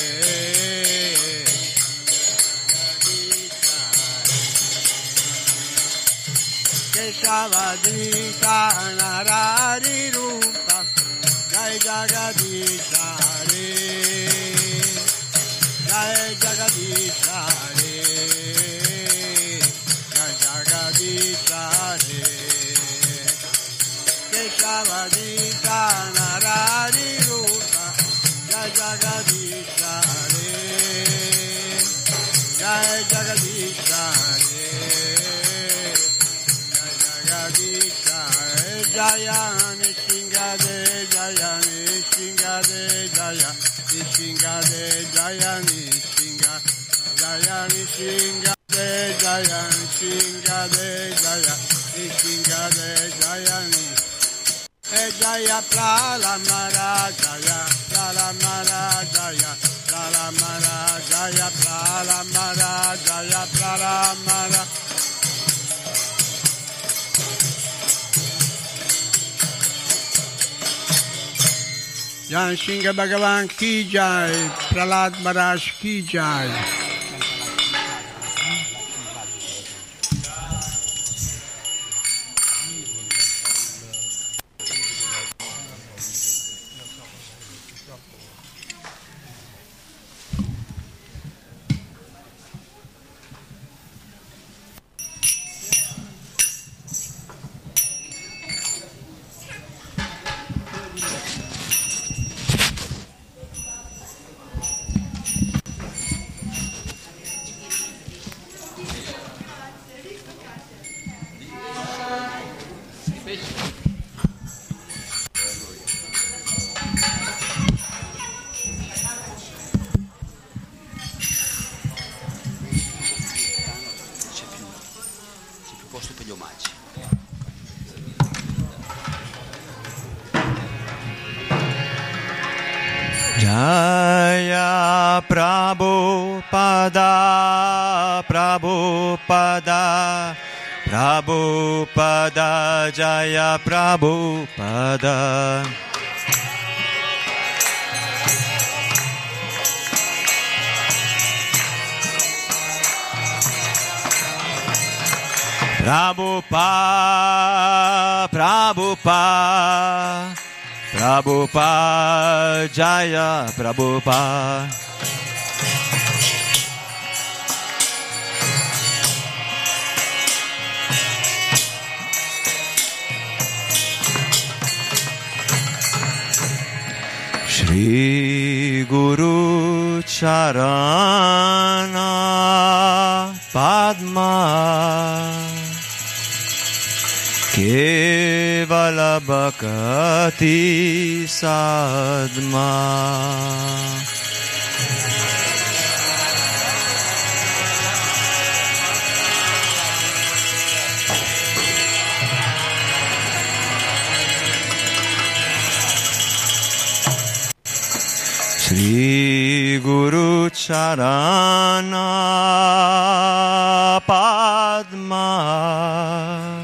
Keshavadrita Narari Rupa Jai Jagadishare Jai Jagadishare Jai Jagadishare Keshavadrita Narari Rupa Jai Jagadishare Jai Jagadishare Jai Jagadishare Jaya Nishingade Jaya Nishingade Jaya Nishingade Jaya Nishinga Jaya Nishingade Jaya Nishingade Jaya Nishingade Jaya Nishingade Jaya Pralamara Jaya Pralamara Jaya Pralamara Jaya Pralamara Jaya Pralamara Jai Singha Bhagavan Ki Jai Prahlad Maharaj Ki Jai Jaya Prabhupada, Prabhupada, Prabhupada, Jaya Prabhupada. Prabhupada, Prabhupada, Prabhupada, Jaya Prabhupada. Shri Guru Charana Padma Kevala Bhakti Sadma Shri Guru Charana Padma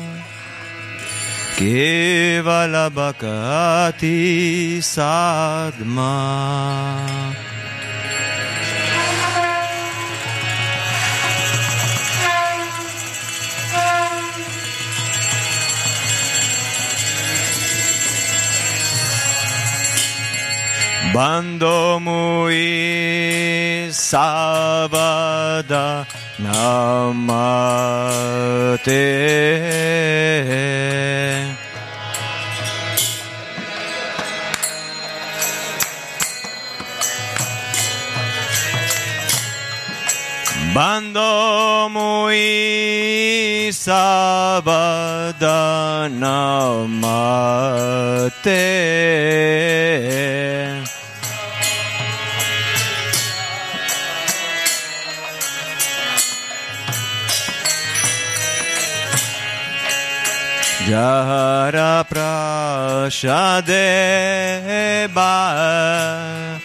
Kevala Bhakti Sadma Bando mui savada namate Bando mui savada namate Jara prashade ba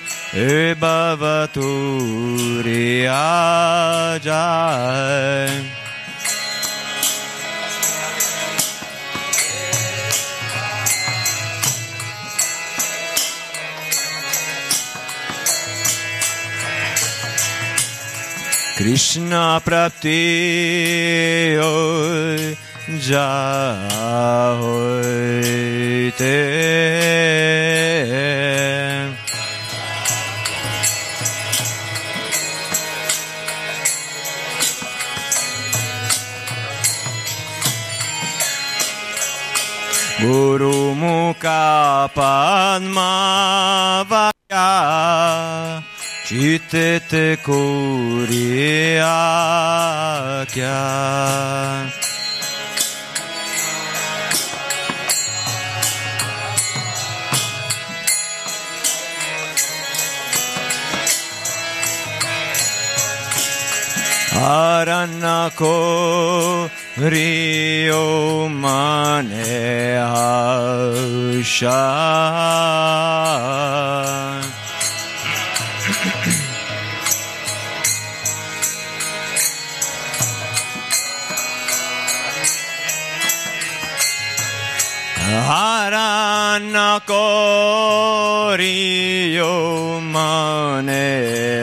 bhavaturi ajay Krishna prapti hoy jahoite Guru Mukha Padma Vaya Chitte Kuriya Kya Aranako Rio Mane Asha Aranako Rio Mane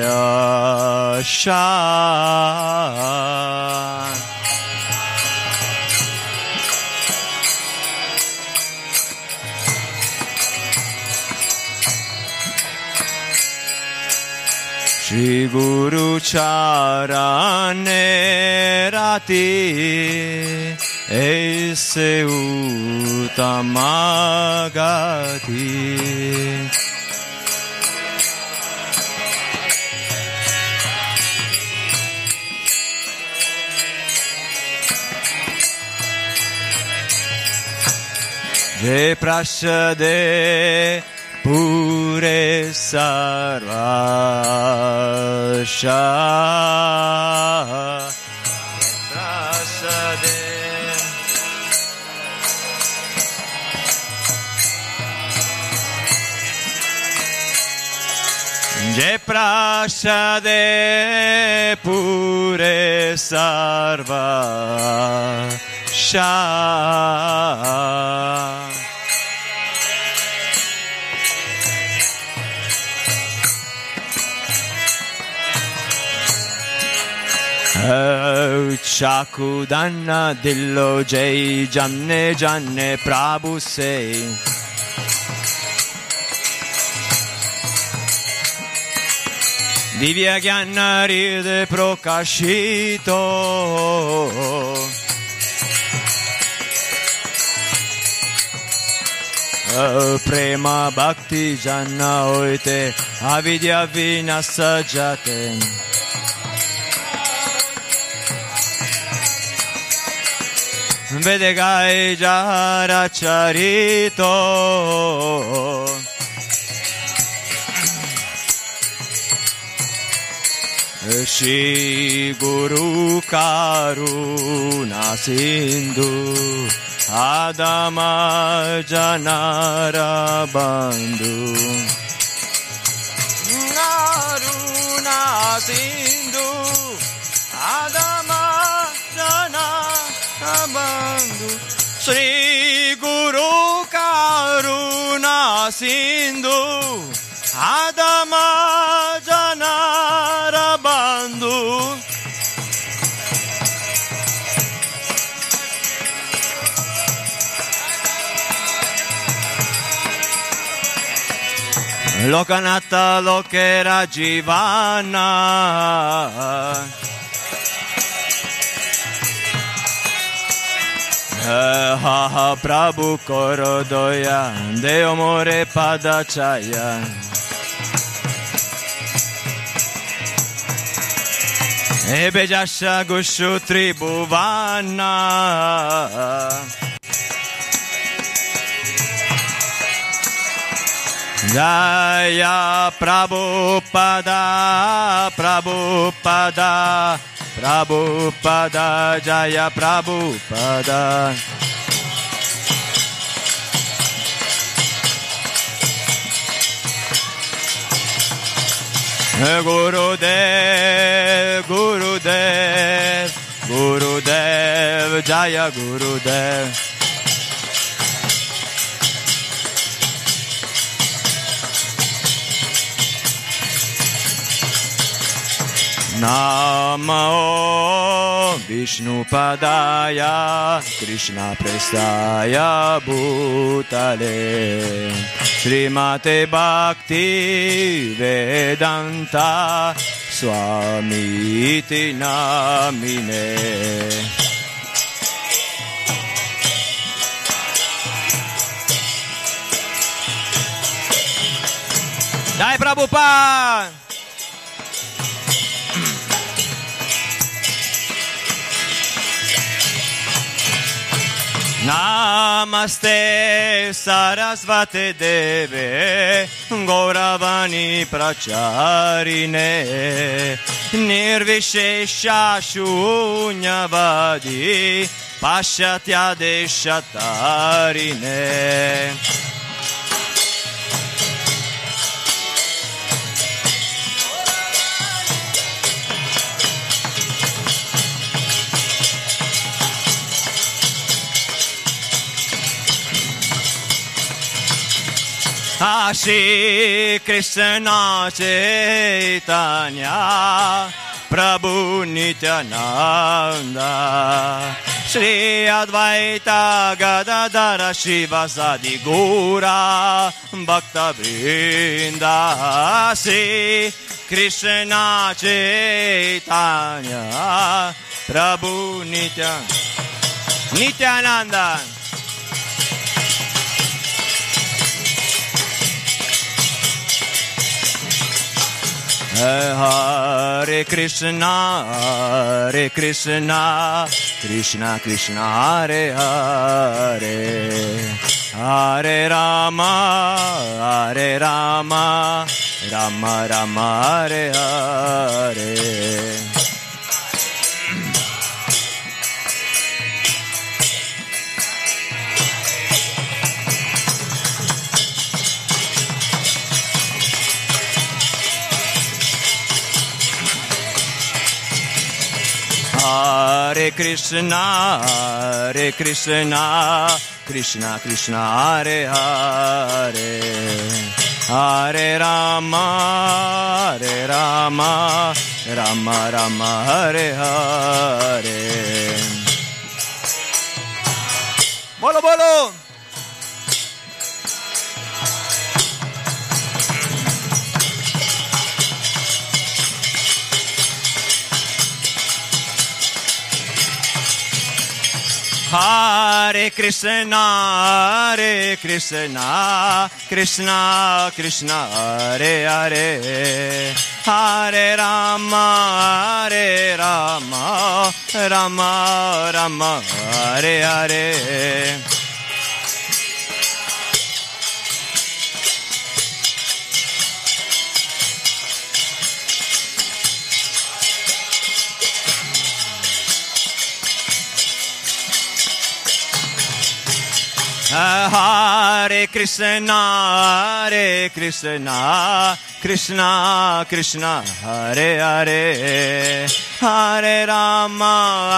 Asha Shri Guru Charane Rati Esse Uttamagati Je prashade Pure Sarvasha Prasade Je prasade Pure Sarvasha Chakudanna Dillo Jai Janne Janne Prabhu Sei Divya Gyanna Ride Prokashito Prema Bhakti Janna Oite Avidya Vinasajate Vedegai Jara Charito Shri Guru Karuna Sindhu Adama Janara Bandhu Karuna Sindhu Adama Janara Bandhu Shri Guru Karuna Sindhu Adama Janara Bandhu Lokanata Lokera Jivana Ha Prabhu Korodoya Deo More Padachaya Ebejasha Gushu Tribhuvana Jaya Prabhupada Prabhupada Prabhupada Jaya Prabhupada Gurudev Gurudev Gurudev Jaya Gurudev Namo Vishnupadaya Krishna Prestaya Bhutale Srimate Bhakti Vedanta Swami Iti Namine Jai Prabhupada Namaste Sarasvate Deve Gauravani Pracharine Nirvishesha Shunyavadi Pashatya Deshatarine Shri Krishna Chaitanya Prabhu Nityananda Shri Advaita Gadadara Shivasadi Gura Bhakta Vrinda Shri Krishna Chaitanya Prabhu Nityananda Hare Krishna, Krishna Krishna, Hare Hare, Hare Rama, Rama Rama, Hare Hare. Hare Krishna, Krishna Krishna, Hare Hare, Hare Rama, Rama Rama, Hare Hare. Bolo bolo. Hare Krishna, Krishna Krishna, Hare Hare, Hare Rama, Rama Rama, Hare Hare. Hare Krishna, Krishna Krishna, Hare Hare, Hare Rama,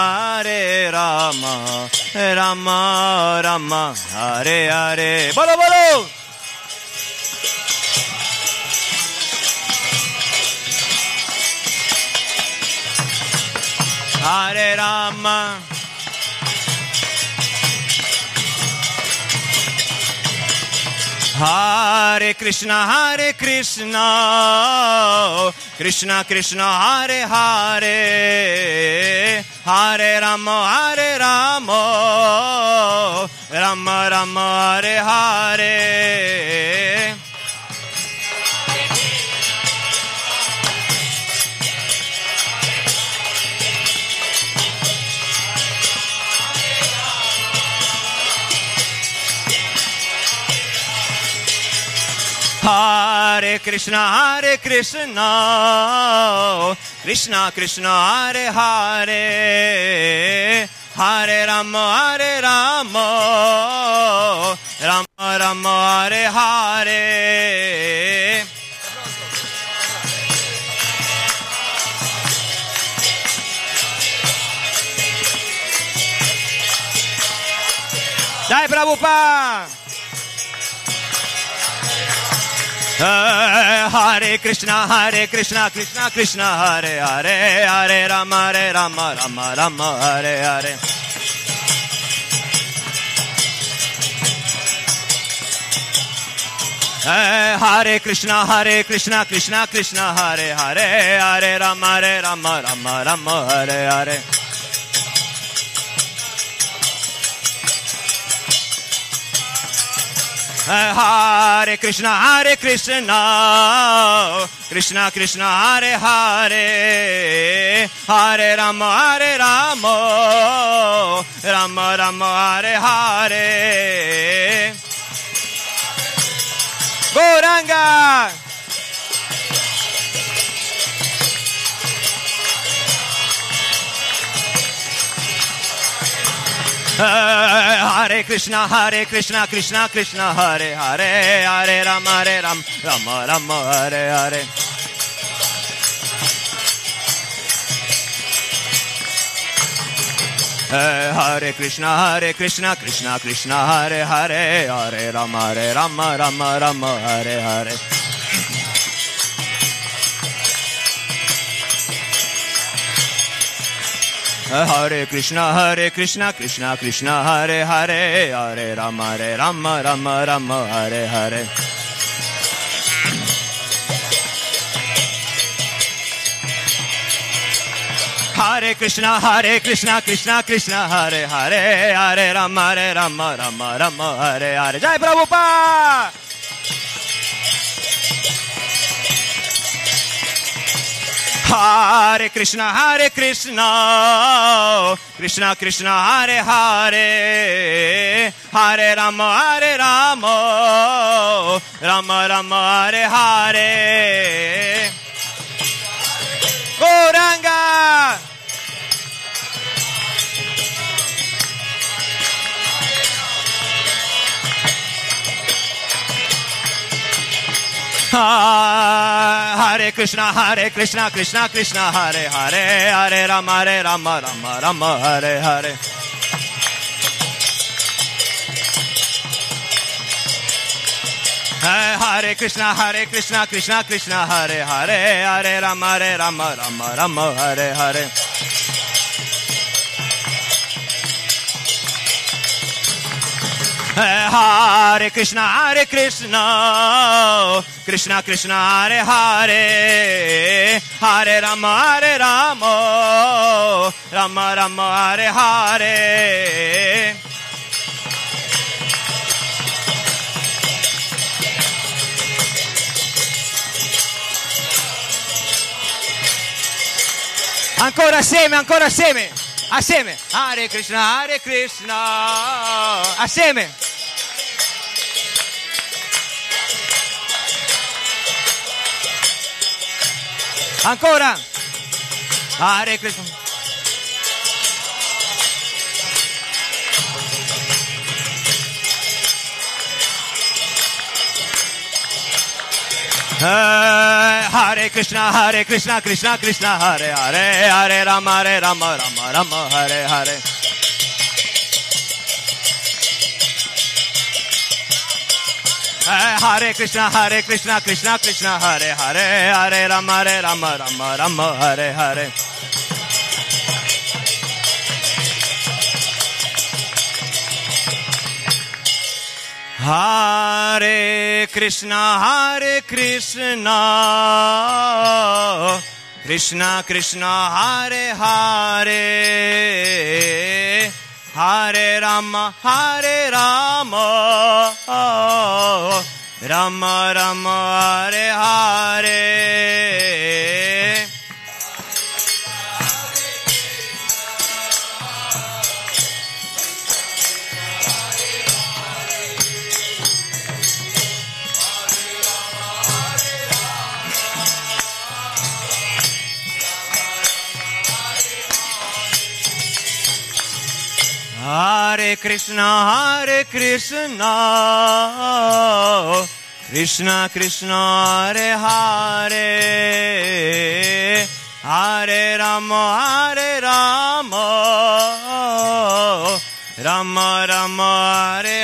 Rama Rama, Hare Hare. Bolo bolo. Hare Rama, Hare Krishna, Krishna Krishna, Hare Hare, Hare Rama, Rama Rama, Hare Hare. Hare Krishna, Krishna Krishna, Hare Hare, Hare Rama, Rama Rama, Hare Hare. Jai Prabhupada. Hare Krishna, Krishna Krishna, Hare Hare, Hare Rama, Rama Rama, Hare Hare. Hare Krishna, Krishna Krishna, Hare Hare, Hare Rama, Rama Rama, Hare Hare. Hare Krishna, Krishna Krishna, Hare Hare, Hare Rama, Rama Rama, Hare Hare. Gauranga. Hare Krishna, Krishna Krishna, Hare Hare, Hare Rama, Rama Rama, Hare Hare. Hare Krishna, Krishna Krishna, Hare Hare, Hare Rama, Rama Rama, Hare Hare. Hare Krishna, Krishna Hare Hare, Hare Rama, Rama Rama, Hare Hare. Hare Krishna, Krishna Hare Hare, Hare Rama, Rama Hare Hare. Jai Prabhupada. Hare Krishna, Krishna Hare Hare, Hare Rama, Rama Rama, Hare Hare. Gauranga. Hare Krishna, Krishna Hare Hare, Hare Rama, Rama Hare Hare. Hare Krishna, Krishna Hare Hare, Hare Rama, Rama Hare Hare. Hare Krishna, Krishna Hare Hare, Hare Rama, Hare Rama, Rama Rama, Hare Hare. Ancora assieme, ancora assieme, assieme. Hare Krishna, assieme. Ancora. Hare Krishna. Hare Krishna, Krishna Krishna, Hare Hare, Hare Rama, Rama Rama, Hare Hare. Hare Krishna, Krishna Krishna, Hare Hare, Hare Rama, Rama, Hare Hare. Hare Krishna, Krishna Krishna, Hare Hare, Hare Rama, Rama Rama, Hare Hare. Hare Krishna, Krishna Krishna, Hare Hare, Hare Rama, Rama Rama, Hare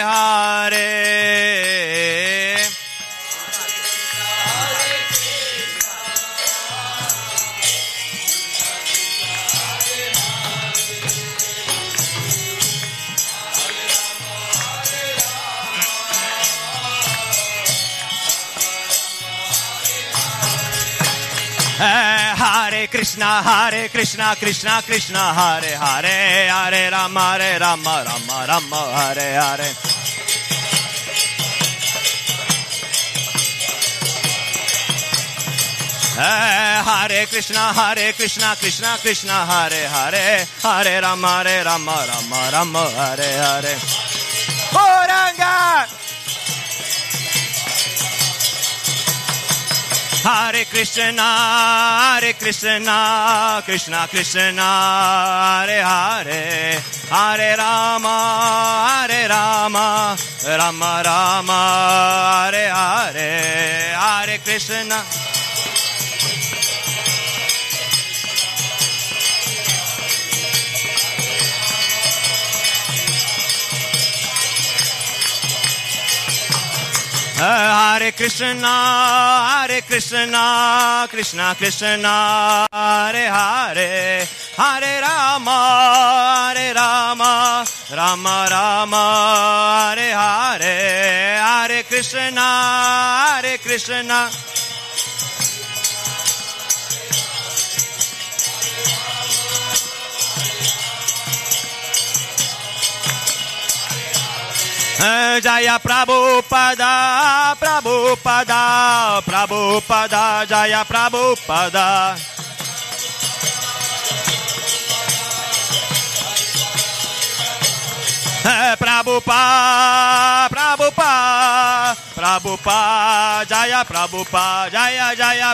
Hare. Hare Krishna, Krishna Krishna, Hare Hare, Hare Rama, Rama Rama, Hare Hare. Hare Krishna, Krishna Krishna, Hare Hare, Hare Rama, Rama, Hare Hare. Oranga! Hare Krishna, Krishna Krishna, Hare Hare, Hare Rama, Rama Rama, Hare Hare, Hare Krishna. Hare Krishna, Krishna Krishna, Hare Hare, Hare Rama, Rama Rama, Hare Hare, Hare Krishna. Jaya Prabhupada, Jaya Prabhupada. Prabhupada, Jaya Prabhupada, Jaya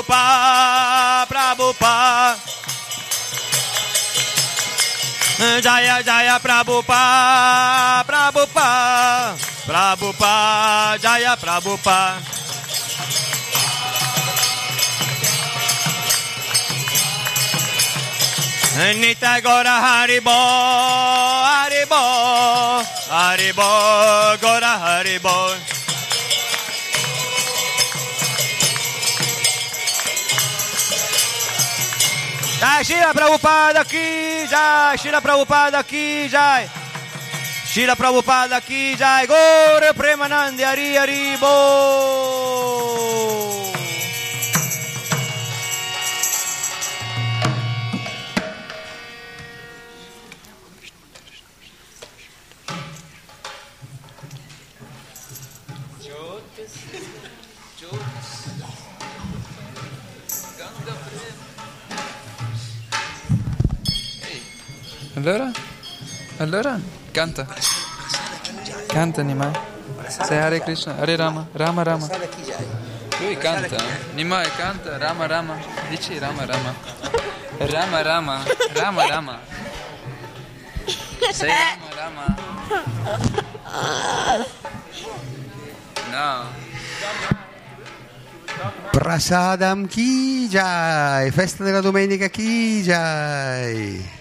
Prabhupada. Jaya Prabhupada, Jaya Prabhupada. Nitya Gora Haribo, Gora Haribo. Jai Srila Prabhupada ki jai, Srila Prabhupada ki jai, Srila Prabhupada ki jai, Gaura Premanandi Hari Hari Bo. Allora, canta. Canta Nimai. Sei Hare Krishna, Hare Rama, Rama Rama. Lui canta. Nimai canta, Rama Rama. Dici Rama Rama. Rama Rama, Rama Rama. Sei Rama Rama. No. Prasadam Ki Jai, festa della domenica Ki Jai.